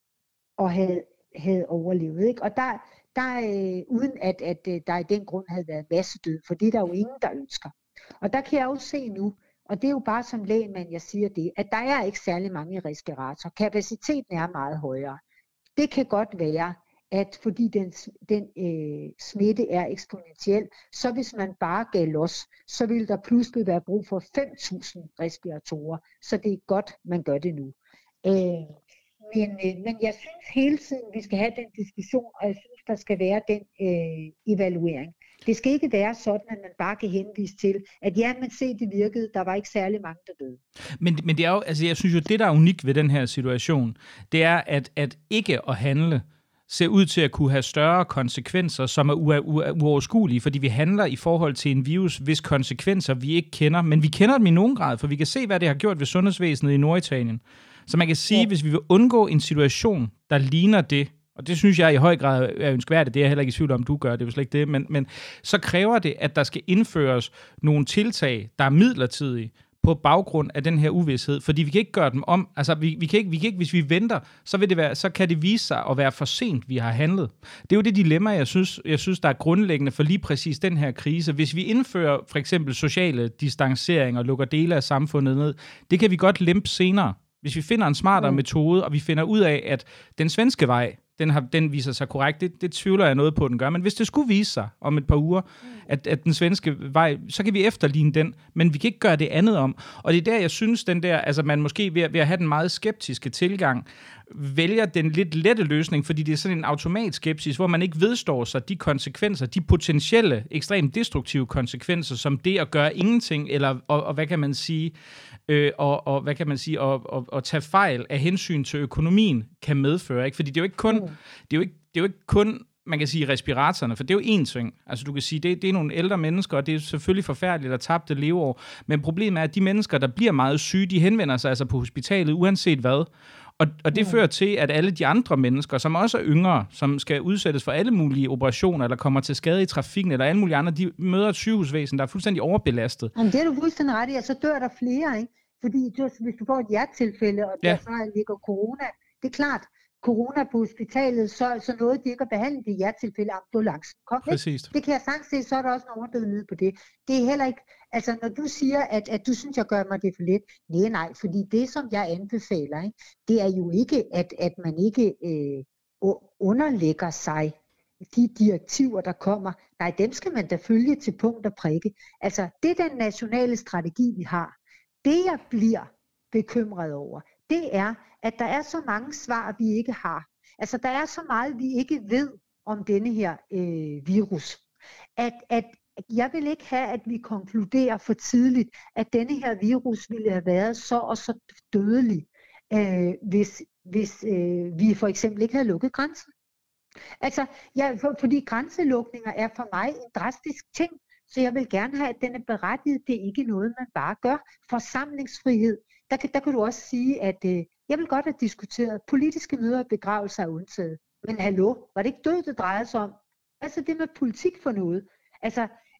og havde, havde overlevet? Ikke? Og der, der øh, uden at, at øh, der i den grund havde været massedød, for det er der jo ingen, der ønsker. Og der kan jeg jo se nu, og det er jo bare som lægmand, jeg siger det, at der er ikke særlig mange respiratorer. Kapaciteten er meget højere. Det kan godt være, at fordi den, den øh, smitte er eksponentiel, så hvis man bare gav los, så vil der pludselig være brug for fem tusind respiratorer. Så det er godt, man gør det nu. Øh, men, øh, men jeg synes hele tiden, vi skal have den diskussion, og jeg synes, der skal være den øh, evaluering. Det skal ikke være sådan, at man bare kan henvise til, at ja, man se, det virkede, der var ikke særlig mange, der døde. Men, men det er jo, altså jeg synes jo, det der er unikt ved den her situation, det er, at, at ikke at handle ser ud til at kunne have større konsekvenser, som er uoverskuelige, fordi vi handler i forhold til en virus, hvis konsekvenser vi ikke kender, men vi kender dem i nogen grad, for vi kan se, hvad det har gjort ved sundhedsvæsenet i Norditalien. Så man kan sige, ja. Hvis vi vil undgå en situation, der ligner det, og det synes jeg i høj grad er ønskværdigt, det er jeg heller ikke i tvivl om, du gør, det er jo slet ikke det, men, men så kræver det, at der skal indføres nogle tiltag, der er midlertidige, på baggrund af den her uvished, fordi vi kan ikke gøre dem om. Altså, vi, vi, kan ikke, vi kan ikke, hvis vi venter, så, vil det være, så kan det vise sig at være for sent, vi har handlet. Det er jo det dilemma, jeg synes, jeg synes, der er grundlæggende for lige præcis den her krise. Hvis vi indfører for eksempel sociale distancering og lukker dele af samfundet ned, det kan vi godt lempe senere. Hvis vi finder en smartere mm. metode, og vi finder ud af, at den svenske vej, den, har, den viser sig korrekt, det, det tvivler jeg noget på, den gør. Men hvis det skulle vise sig om et par uger, mm. at, at den svenske vej, så kan vi efterligne den, men vi kan ikke gøre det andet om. Og det er der, jeg synes, den der, altså man måske ved, ved at have den meget skeptiske tilgang, vælger den lidt lette løsning, fordi det er sådan en automatskepsis, hvor man ikke vedstår sig de konsekvenser, de potentielle, ekstremt destruktive konsekvenser, som det at gøre ingenting, eller, og, og hvad kan man sige, øh, og, og hvad kan man sige, og, og, og tage fejl af hensyn til økonomien, kan medføre, ikke? Fordi det er jo ikke kun, det er jo ikke, det er jo ikke kun man kan sige respiratorerne, for det er jo én ting. Altså du kan sige, det, det er nogle ældre mennesker, og det er selvfølgelig forfærdeligt at tabte leveår, men problemet er, at de mennesker, der bliver meget syge, de henvender sig altså på hospitalet, uanset hvad. Og, og det mm. fører til, at alle de andre mennesker, som også er yngre, som skal udsættes for alle mulige operationer, eller kommer til skade i trafikken, eller alle mulige andre, de møder et sygehusvæsen, der er fuldstændig overbelastet. Jamen, det er du fuldstændig ret i, og så dør der flere, ikke? Fordi du, hvis du får et hjertetilfælde, og der ja. så ligger corona, det er klart, corona på hospitalet, så, så noget, de ikke har behandlet i hjertetilfælde, ambulancen kom, ikke? Det kan jeg sagtens se, så er der også en overdød nede på det. Det er heller ikke, altså når du siger, at, at du synes, jeg gør mig det for lidt, nej, nej, fordi det, som jeg anbefaler, ikke, det er jo ikke, at, at man ikke øh, underlægger sig de direktiver, der kommer. Nej, dem skal man da følge til punkt og prikke. Altså, det er den nationale strategi, vi har. Det, jeg bliver bekymret over, det er, at der er så mange svar, vi ikke har. Altså, der er så meget, vi ikke ved om denne her øh, virus. At, at jeg vil ikke have, at vi konkluderer for tidligt, at denne her virus ville have været så og så dødelig, øh, hvis, hvis øh, vi for eksempel ikke havde lukket grænsen. Altså, ja, for, fordi grænselukninger er for mig en drastisk ting, så jeg vil gerne have, at den er berettiget. Det er ikke noget, man bare gør. Forsamlingsfrihed, der kan, der kan du også sige, at øh, jeg vil godt have diskuteret politiske møder og begravelser er undtaget. Men hallo, var det ikke død, det drejede sig om? Altså det med politik for noget. Altså,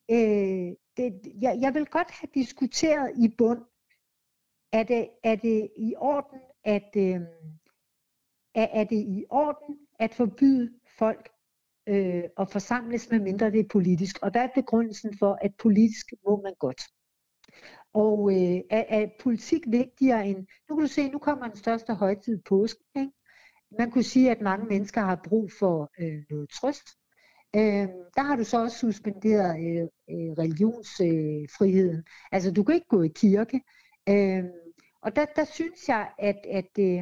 øh, det, jeg, jeg vil godt have diskuteret i bund, er det, er det i orden, at øh, er, er det i orden at forbyde folk øh, at forsamles, med mindre det er politisk. Og der er begrundelsen for, at politisk må man godt. Og øh, er, er politik vigtigere end... Nu kan du se, nu kommer den største højtid, påske, ikke? Man kunne sige, at mange mennesker har brug for øh, noget trøst. Øh, der har du så også suspenderet øh, øh, religionsfriheden. Øh, altså, du kan ikke gå i kirke. Øh, og der, der synes jeg, at, at øh,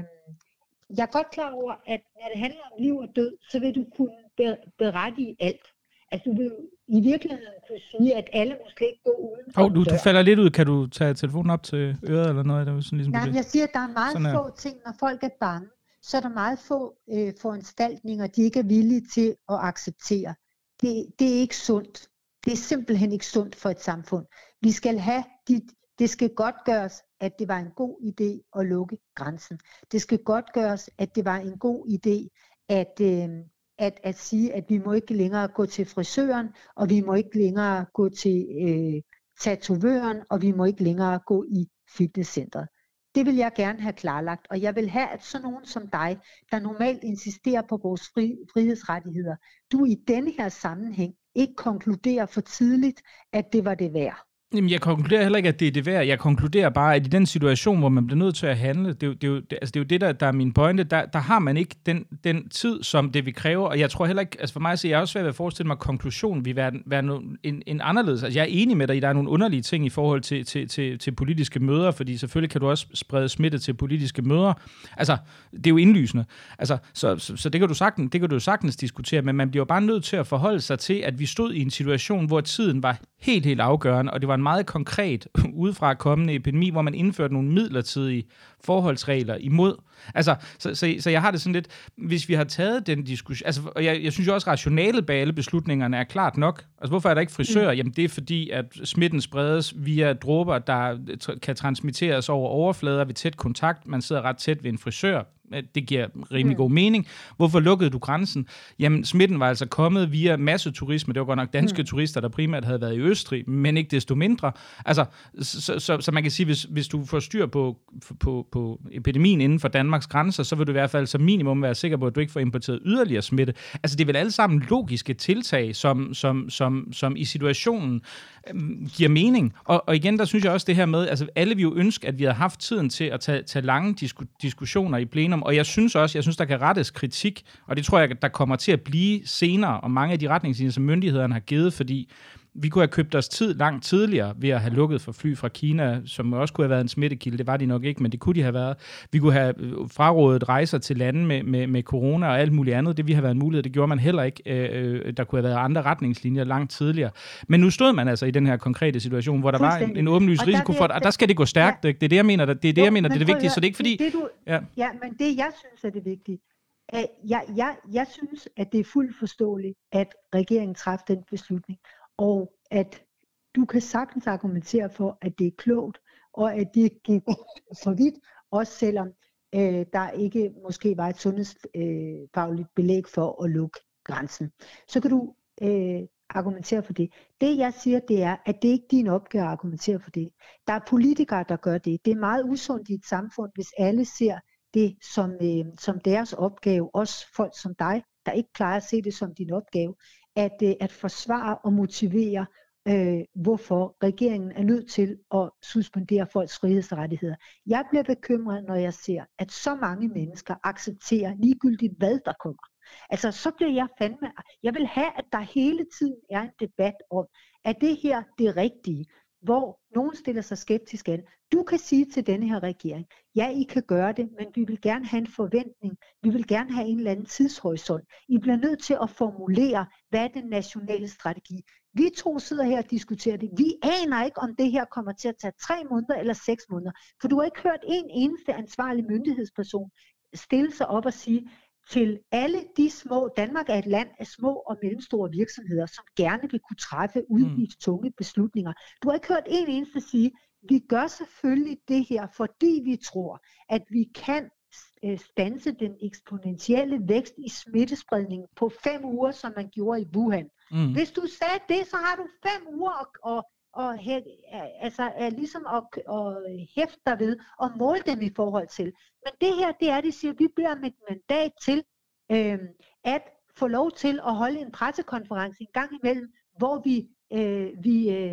jeg er godt klar over, at når det handler om liv og død, så vil du kunne berettige alt. Altså, du vil i virkeligheden kunne sige, at alle må slet ikke gå uden for oh, du, du falder lidt ud. Kan du tage telefonen op til øret eller noget? Der, sådan ligesom Nej, men jeg siger, at der er meget sådan få er. ting, når folk er bange. Så er der meget få øh, foranstaltninger, de ikke er villige til at acceptere. Det, det er ikke sundt. Det er simpelthen ikke sundt for et samfund. Vi skal have, de, det skal godt gøres, at det var en god idé at lukke grænsen. Det skal godt gøres, at det var en god idé at, øh, at, at sige, at vi må ikke længere gå til frisøren, og vi må ikke længere gå til øh, tatovøren, og vi må ikke længere gå i fitnesscenteret. Det vil jeg gerne have klarlagt, og jeg vil have, at sådan nogen som dig, der normalt insisterer på vores fri, frihedsrettigheder, du i denne her sammenhæng ikke konkluderer for tidligt, at det var det værd. Jamen, jeg konkluderer heller ikke, at det er det værd. Jeg konkluderer bare, at i den situation, hvor man bliver nødt til at handle, det er jo det, er jo, det, altså det, er jo det der, der er min pointe, der, der har man ikke den, den tid, som det vi kræver, og jeg tror heller ikke, altså for mig at se, jeg er også svært ved at forestille mig, at konklusionen vil være, være no, en, en anderledes. Altså jeg er enig med dig, at der er nogle underlige ting i forhold til, til, til, til politiske møder, fordi selvfølgelig kan du også sprede smitte til politiske møder. Altså, det er jo indlysende. Altså, så, så, så det kan du sagtens, det kan du sagtens diskutere, men man bliver jo bare nødt til at forholde sig til, at vi stod i en situation, hvor tiden var helt, helt afgørende, og det var en meget konkret udefra kommende epidemi, hvor man indførte nogle midlertidige forholdsregler imod. Altså, så, så, så jeg har det sådan lidt, hvis vi har taget den diskussion, altså, og jeg, jeg synes jo også, rationalet bag alle beslutningerne er klart nok. Altså, hvorfor er der ikke frisører? Mm. Jamen, det er fordi, at smitten spredes via dråber, der kan transmitteres over overflader ved tæt kontakt. Man sidder ret tæt ved en frisør. Det giver rimelig god mening. Hvorfor lukkede du grænsen? Jamen, smitten var altså kommet via masseturisme. Det var godt nok danske mm. turister, der primært havde været i Østrig, men ikke desto mindre. Altså, så, så, så man kan sige, hvis, hvis du får styr på, på, på epidemien inden for Danmarks grænser, så vil du i hvert fald som minimum være sikker på, at du ikke får importeret yderligere smitte. Altså, det er vel alle sammen logiske tiltag, som, som, som, som i situationen øhm, giver mening. Og, og igen, der synes jeg også det her med, altså alle vi jo ønsker, at vi havde haft tiden til at tage, tage lange disku, diskussioner i plenum, og jeg synes også, jeg synes, der kan rettes kritik, og det tror jeg, der kommer til at blive senere, og mange af de retningslinjer, som myndighederne har givet, fordi vi kunne have købt os tid langt tidligere ved at have lukket for fly fra Kina, som også kunne have været en smittekilde. Det var de nok ikke, men det kunne de have været. Vi kunne have frarådet rejser til lande med, med, med corona og alt muligt andet. Det ville have været en mulighed. Det gjorde man heller ikke. Øh, der kunne have været andre retningslinjer langt tidligere. Men nu stod man altså i den her konkrete situation, hvor der var en, en åbenlys risiko for det, og der skal det gå stærkt. Ja. Det er det, jeg mener, det er det, jeg mener, det er det vigtige. Så det er ikke fordi... Det, du, ja. ja, men det, jeg synes, er det vigtige. Jeg, jeg, jeg synes, at det er fuldt forståeligt, at regeringen træffede den beslutning. Og at du kan sagtens argumentere for, at det er klogt, og at det gik for vidt, også selvom øh, der ikke måske var et sundhedsfagligt øh, belæg for at lukke grænsen. Så kan du øh, argumentere for det. Det jeg siger, det er, at det ikke er din opgave at argumentere for det. Der er politikere, der gør det. Det er meget usundt i et samfund, hvis alle ser det som, øh, som deres opgave, også folk som dig, der ikke plejer at se det som din opgave, at, øh, at forsvare og motivere, øh, hvorfor regeringen er nødt til at suspendere folks frihedsrettigheder. Jeg bliver bekymret, når jeg ser, at så mange mennesker accepterer ligegyldigt, hvad der kommer. Altså, så bliver jeg fandme... Jeg vil have, at der hele tiden er en debat om, at det her det rigtige, hvor nogen stiller sig skeptisk an. Du kan sige til denne her regering, ja, I kan gøre det, men vi vil gerne have en forventning. Vi vil gerne have en eller anden tidshorisont. I bliver nødt til at formulere, hvad er den nationale strategi. Vi to sidder her og diskuterer det. Vi aner ikke, om det her kommer til at tage tre måneder eller seks måneder. For du har ikke hørt en eneste ansvarlig myndighedsperson stille sig op og sige, til alle de små, Danmark er et land af små og mellemstore virksomheder, som gerne vil kunne træffe udgifts tunge beslutninger. Du har ikke hørt en eneste sige, vi gør selvfølgelig det her, fordi vi tror, at vi kan standse den eksponentielle vækst i smittespredningen på fem uger, som man gjorde i Wuhan. Mm. Hvis du sagde det, så har du fem uger og, og, og altså, er ligesom at, at hæfte dig ved og måle dem i forhold til. Men det her, det er, de siger, vi bliver med et mandat til øh, at få lov til at holde en pressekonference en gang imellem, hvor vi, øh, vi, øh,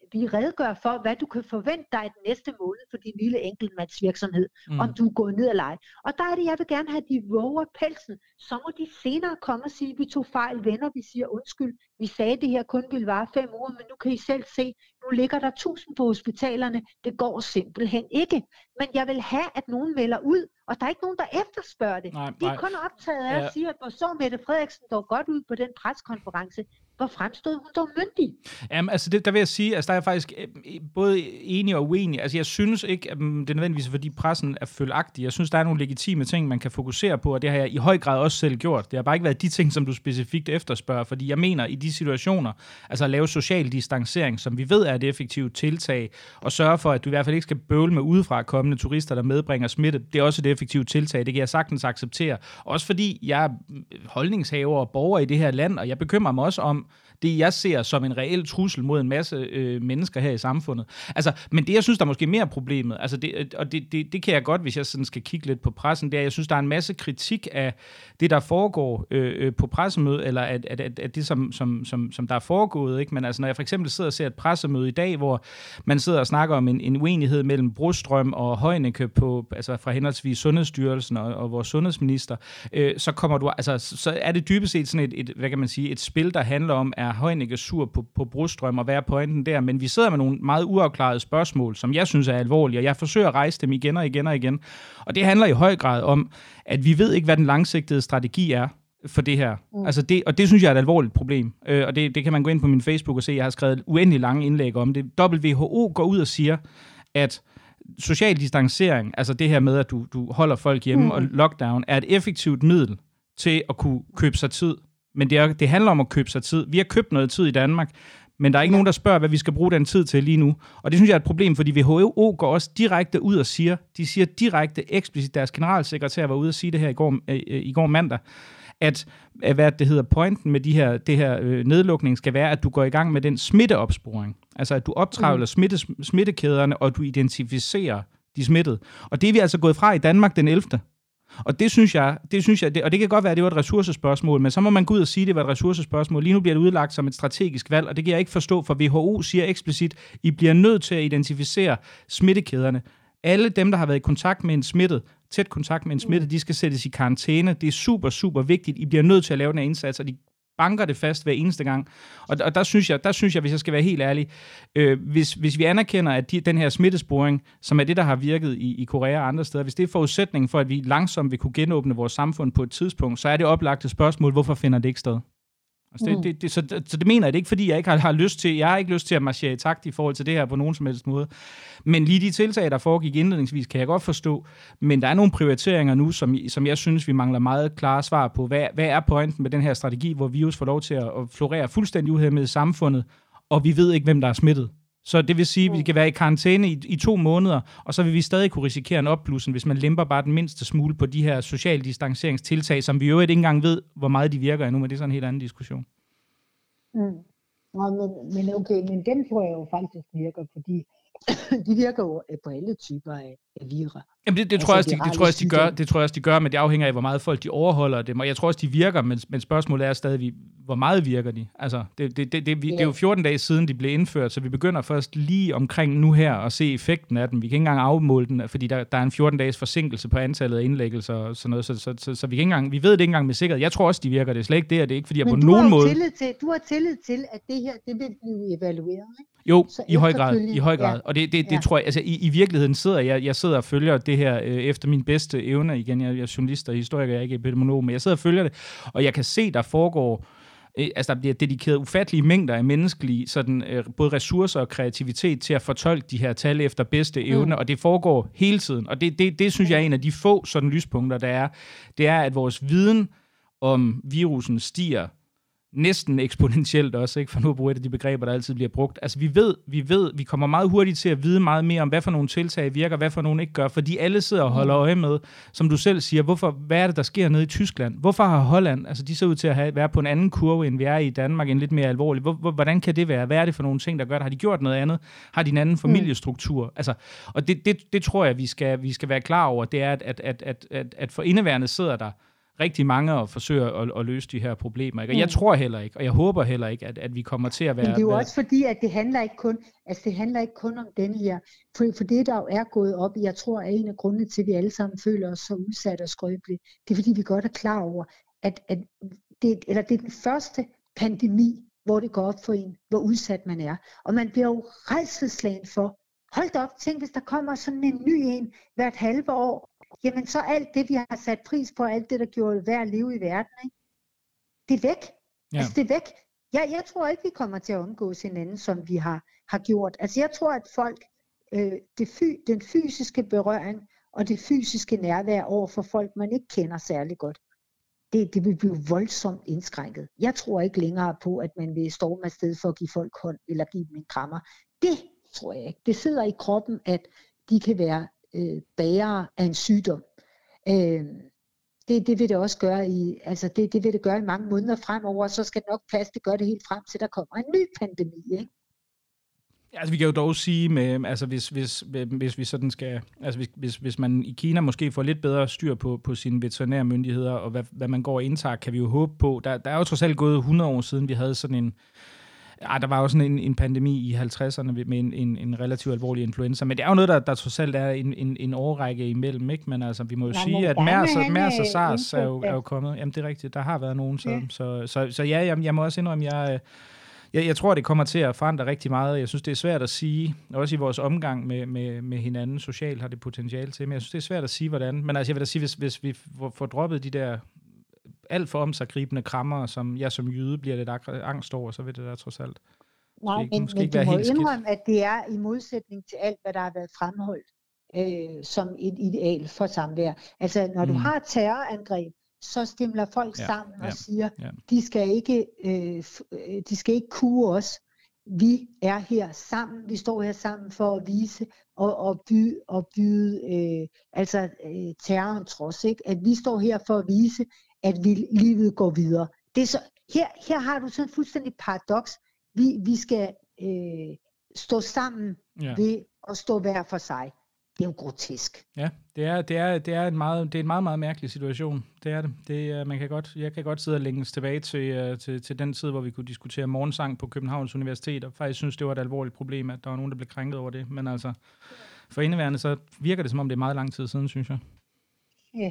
vi redegør for, hvad du kan forvente dig i den næste måned for din lille enkeltmandsvirksomhed, mm. om du er gået ned og lege. Og der er det, jeg vil gerne have, at de våger pelsen. Så må de senere komme og sige, at vi tog fejl, venner, vi siger undskyld. Vi sagde, at det her kun ville vare fem uger, men nu kan I selv se, nu ligger der tusind på hospitalerne. Det går simpelthen ikke. Men jeg vil have, at nogen melder ud, og der er ikke nogen, der efterspørger det. Nej, de er nej. kun optaget af ja. at sige, at hvor så Mette Frederiksen dog godt ud på den preskonference. Hvor fremstod hun dog myndig? Jamen, altså det, der vil jeg sige, altså der er jeg faktisk både enig og uenig. Altså jeg synes ikke, at det er nødvendigvis, fordi pressen er følagtig. Jeg synes, der er nogle legitime ting, man kan fokusere på, og det har jeg i høj grad også selv gjort. Det har bare ikke været de ting, som du specifikt efterspørger, fordi jeg mener, i de situationer, altså at lave social distancering, som vi ved er et effektivt tiltag, og sørge for, at du i hvert fald ikke skal bøvle med udefra kommende turister, der medbringer smitte, det er også et effektivt tiltag. Det kan jeg sagtens acceptere. Også fordi jeg er holdningshaver og borger i det her land, og jeg bekymrer mig også om det, jeg ser som en reel trussel mod en masse øh, mennesker her i samfundet. Altså, men det, jeg synes, der er måske mere problemet, altså det, og det, det, det kan jeg godt, hvis jeg sådan skal kigge lidt på pressen, det er, jeg synes, der er en masse kritik af det, der foregår øh, på pressemøde, eller at, at, at, at det, som, som, som, som der er foregået, ikke? Men altså, når jeg for eksempel sidder og ser et pressemøde i dag, hvor man sidder og snakker om en, en uenighed mellem Brostrøm og Heunicke på, altså fra henholdsvis Sundhedsstyrelsen og, og vores sundhedsminister, øh, så kommer du, altså, så er det dybest set sådan et, et, hvad kan man sige, et spil, der handler om, er Heunicke sur på, på Brostrøm, og hvad er pointen der? Men vi sidder med nogle meget uafklarede spørgsmål, som jeg synes er alvorlige, og jeg forsøger at rejse dem igen og igen og igen. Og det handler i høj grad om, at vi ved ikke, hvad den langsigtede strategi er for det her. Mm. Altså det, og det synes jeg er et alvorligt problem. Øh, og det, det kan man gå ind på min Facebook og se. Jeg har skrevet uendelig lange indlæg om det. W H O går ud og siger, at social distancering, altså det her med, at du, du holder folk hjemme mm. og lockdown, er et effektivt middel til at kunne købe sig tid. Men det, er, det handler om at købe sig tid. Vi har købt noget tid i Danmark, men der er ikke ja. nogen, der spørger, hvad vi skal bruge den tid til lige nu. Og det synes jeg er et problem, fordi W H O går også direkte ud og siger, de siger direkte eksplicit, deres generalsekretær var ude og sige det her i går, øh, i går mandag, at hvad det hedder, pointen med de her, det her øh, nedlukning skal være, at du går i gang med den smitteopsporing. Altså at du optrævler mm. smitte, smittekæderne, og du identificerer de smittede. Og det er vi altså gået fra i Danmark den ellevte Og det synes jeg, det synes jeg, det, og det kan godt være, at det var et ressourcespørgsmål, men så må man gå ud og sige, at det var et ressourcespørgsmål. Lige nu bliver det udlagt som et strategisk valg, og det kan jeg ikke forstå, for W H O siger eksplicit, at I bliver nødt til at identificere smittekæderne. Alle dem, der har været i kontakt med en smittet, tæt kontakt med en smittet, de skal sættes i karantæne. Det er super, super vigtigt. I bliver nødt til at lave den her indsats, og de banker det fast hver eneste gang. Og, og der synes jeg, der synes jeg, hvis jeg skal være helt ærlig, øh, hvis, hvis vi anerkender, at de, den her smittesporing, som er det, der har virket i, i Korea og andre steder, hvis det er forudsætningen for, at vi langsomt vil kunne genåbne vores samfund på et tidspunkt, så er det oplagte spørgsmål, hvorfor finder det ikke sted? Altså det, mm. det, det, så, så det mener jeg det ikke, fordi jeg ikke har, har lyst til, jeg har ikke lyst til at marchere i takt i forhold til det her på nogen som helst måde. Men lige de tiltag, der foregik indledningsvis, kan jeg godt forstå, men der er nogle prioriteringer nu, som, som jeg synes, vi mangler meget klare svar på. Hvad, hvad er pointen med den her strategi, hvor virus får lov til at, at florere fuldstændig uhæmmet i samfundet, og vi ved ikke, hvem der er smittet? Så det vil sige, at vi kan være i karantæne i, i to måneder, og så vil vi stadig kunne risikere en opblussen, hvis man lemper bare den mindste smule på de her social distanceringstiltag, som vi jo ikke engang ved, hvor meget de virker endnu, men det er sådan en helt anden diskussion. Mm. Ja, men, men okay, men den tror jeg jo faktisk virker, fordi de virker jo på alle typer af vira. Jamen det, det, tror altså, jeg, de, det, tror jeg, de gør, det tror jeg også, de gør, men det afhænger af, hvor meget folk de overholder dem, og jeg tror også, de virker, men, men spørgsmålet er stadig, hvor meget virker de? Altså, det, det, det, det, vi, ja. det er jo fjorten dage siden, de blev indført, så vi begynder først lige omkring nu her at se effekten af den. Vi kan ikke engang afmåle den, fordi der, der er en fjorten dages forsinkelse på antallet af indlæggelser og sådan noget, så, så, så, så vi, kan ikke engang, vi ved det ikke engang med sikkerhed. Jeg tror også, de virker. Det er slet ikke det, og det er ikke, fordi jeg men på nogen måde... Til, du har tillid til, at det her det vil blive evalueret, ikke? Jo, så i høj grad, i høj grad. Ja. Og det, det, det ja. tror jeg, altså i, i virkeligheden sidder jeg, jeg sidder og følger det her øh, efter min bedste evne. Igen, jeg, jeg er journalist og historiker, jeg er ikke epidemiolog, men jeg sidder og følger det, og jeg kan se, der foregår, øh, altså der bliver dedikeret ufattelige mængder af menneskelige, sådan øh, både ressourcer og kreativitet til at fortolke de her tal efter bedste evne, mm. og det foregår hele tiden. Og det, det, det synes jeg er en af de få sådan lyspunkter, der er. Det er, at vores viden om virusen stiger næsten eksponentielt også, ikke? For nu at bruge et af de begreber, der altid bliver brugt. Altså vi ved, vi ved, vi kommer meget hurtigt til at vide meget mere om, hvad for nogle tiltag virker, hvad for nogle ikke gør, fordi alle sidder og holder øje med, som du selv siger, hvorfor, hvad er det, der sker nede i Tyskland? Hvorfor har Holland, altså de ser ud til at have, være på en anden kurve, end vi er i Danmark, en lidt mere alvorlig. Hvor, hvor, hvordan kan det være? Hvad er det for nogle ting, der gør det? Har de gjort noget andet? Har de en anden familiestruktur? Mm. Altså, og det, det, det tror jeg, vi skal, vi skal være klar over, det er, at, at, at, at, at for indeværende sidder der rigtig mange og forsøger at, at løse de her problemer. Ikke? Og jeg tror heller ikke, og jeg håber heller ikke, at, at vi kommer til at være... Men det er jo være... også fordi, at det handler ikke kun, altså det handler ikke kun om denne her, for, for det der jo er gået op i, jeg tror, er en af grundene til, at vi alle sammen føler os så udsat og skrøbelige, det er fordi, vi godt er klar over, at, at det, eller det er den første pandemi, hvor det går op for en, hvor udsat man er. Og man bliver jo rædselsslagen for, hold da op, tænk, hvis der kommer sådan en ny en hvert halve år, jamen så alt det, vi har sat pris på, alt det, der gjorde hver liv i verden, ikke? Det er væk. Ja. Altså det er væk. Jeg, jeg tror ikke, vi kommer til at omgås hinanden, som vi har, har gjort. Altså jeg tror, at folk, øh, det fy, den fysiske berøring og det fysiske nærvær over for folk, man ikke kender særlig godt, det, det vil blive voldsomt indskrænket. Jeg tror ikke længere på, at man vil storme afsted for at give folk hånd eller give dem en krammer. Det tror jeg ikke. Det sidder i kroppen, at de kan være øh, bærere af en sygdom. Øh, det, det vil det også gøre i, altså det, det vil det gøre i mange måneder fremover, og så skal det nok passe, det gør det helt frem til, der kommer en ny pandemi, ikke? Altså, vi kan jo dog sige, med, altså, hvis, hvis, hvis vi sådan skal, altså, hvis, hvis, hvis man i Kina måske får lidt bedre styr på, på sine veterinærmyndigheder, og hvad, hvad man går og indtager, kan vi jo håbe på. Der, der er jo trods alt gået hundrede år siden, vi havde sådan en, ja, der var jo sådan en, en pandemi i halvtredserne med en, en, en relativt alvorlig influenza, men det er jo noget, der, der trods alt er en, en, en årrække imellem, ikke? Men altså, vi må jo ja, sige, at MERS og, MERS og SARS er jo, er jo kommet. Jamen, det er rigtigt, der har været nogen, så, ja. så, så, så ja, jeg, jeg må også indrømme, jeg... Jeg, jeg tror, det kommer til at forandre rigtig meget. Jeg synes, det er svært at sige, også i vores omgang med, med, med hinanden socialt har det potentiale til, men jeg synes, det er svært at sige, hvordan. Men altså, jeg vil da sige, hvis, hvis vi får droppet de der alt for omsaggribende krammer, som jeg som jyde bliver lidt angst over, så vil det da trods alt. Nej, det, men, men du må indrømme, at det er i modsætning til alt, hvad der har været fremholdt øh, som et ideal for samvær. Altså, når mm. du har terrorangreb, så stimler folk ja, sammen og ja, siger, ja. de skal ikke, øh, de skal ikke kue os. Vi er her sammen. Vi står her sammen for at vise og, og byde, og byde øh, altså øh, terroren trods, ikke? At vi står her for at vise, at vi, livet går videre. Det er så, her, her har du sådan et fuldstændig paradoks. Vi, vi skal øh, stå sammen ja. ved at stå hver for sig. Det er jo grotesk. Ja, det er det er det er en meget det er en meget meget mærkelig situation. Det er det. Det man kan godt jeg kan godt sidde og længes tilbage til til til den tid, hvor vi kunne diskutere morgensang på Københavns Universitet, og faktisk synes det var et alvorligt problem, at der var nogen, der blev krænket over det. Men altså for indeværende så virker det som om det er meget lang tid siden, synes jeg. Ja.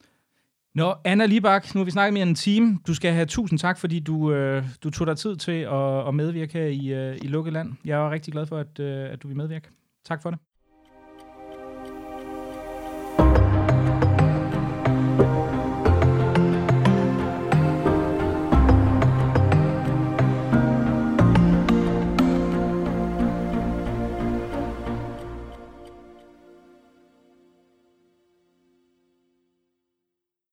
Nå, Anna Libak, nu har vi snakket mere end en time. Du skal have tusind tak, fordi du øh, du tog dig tid til at, at medvirke her i øh, i Lukket Land. Jeg er rigtig glad for at øh, at du vil medvirke. Tak for det.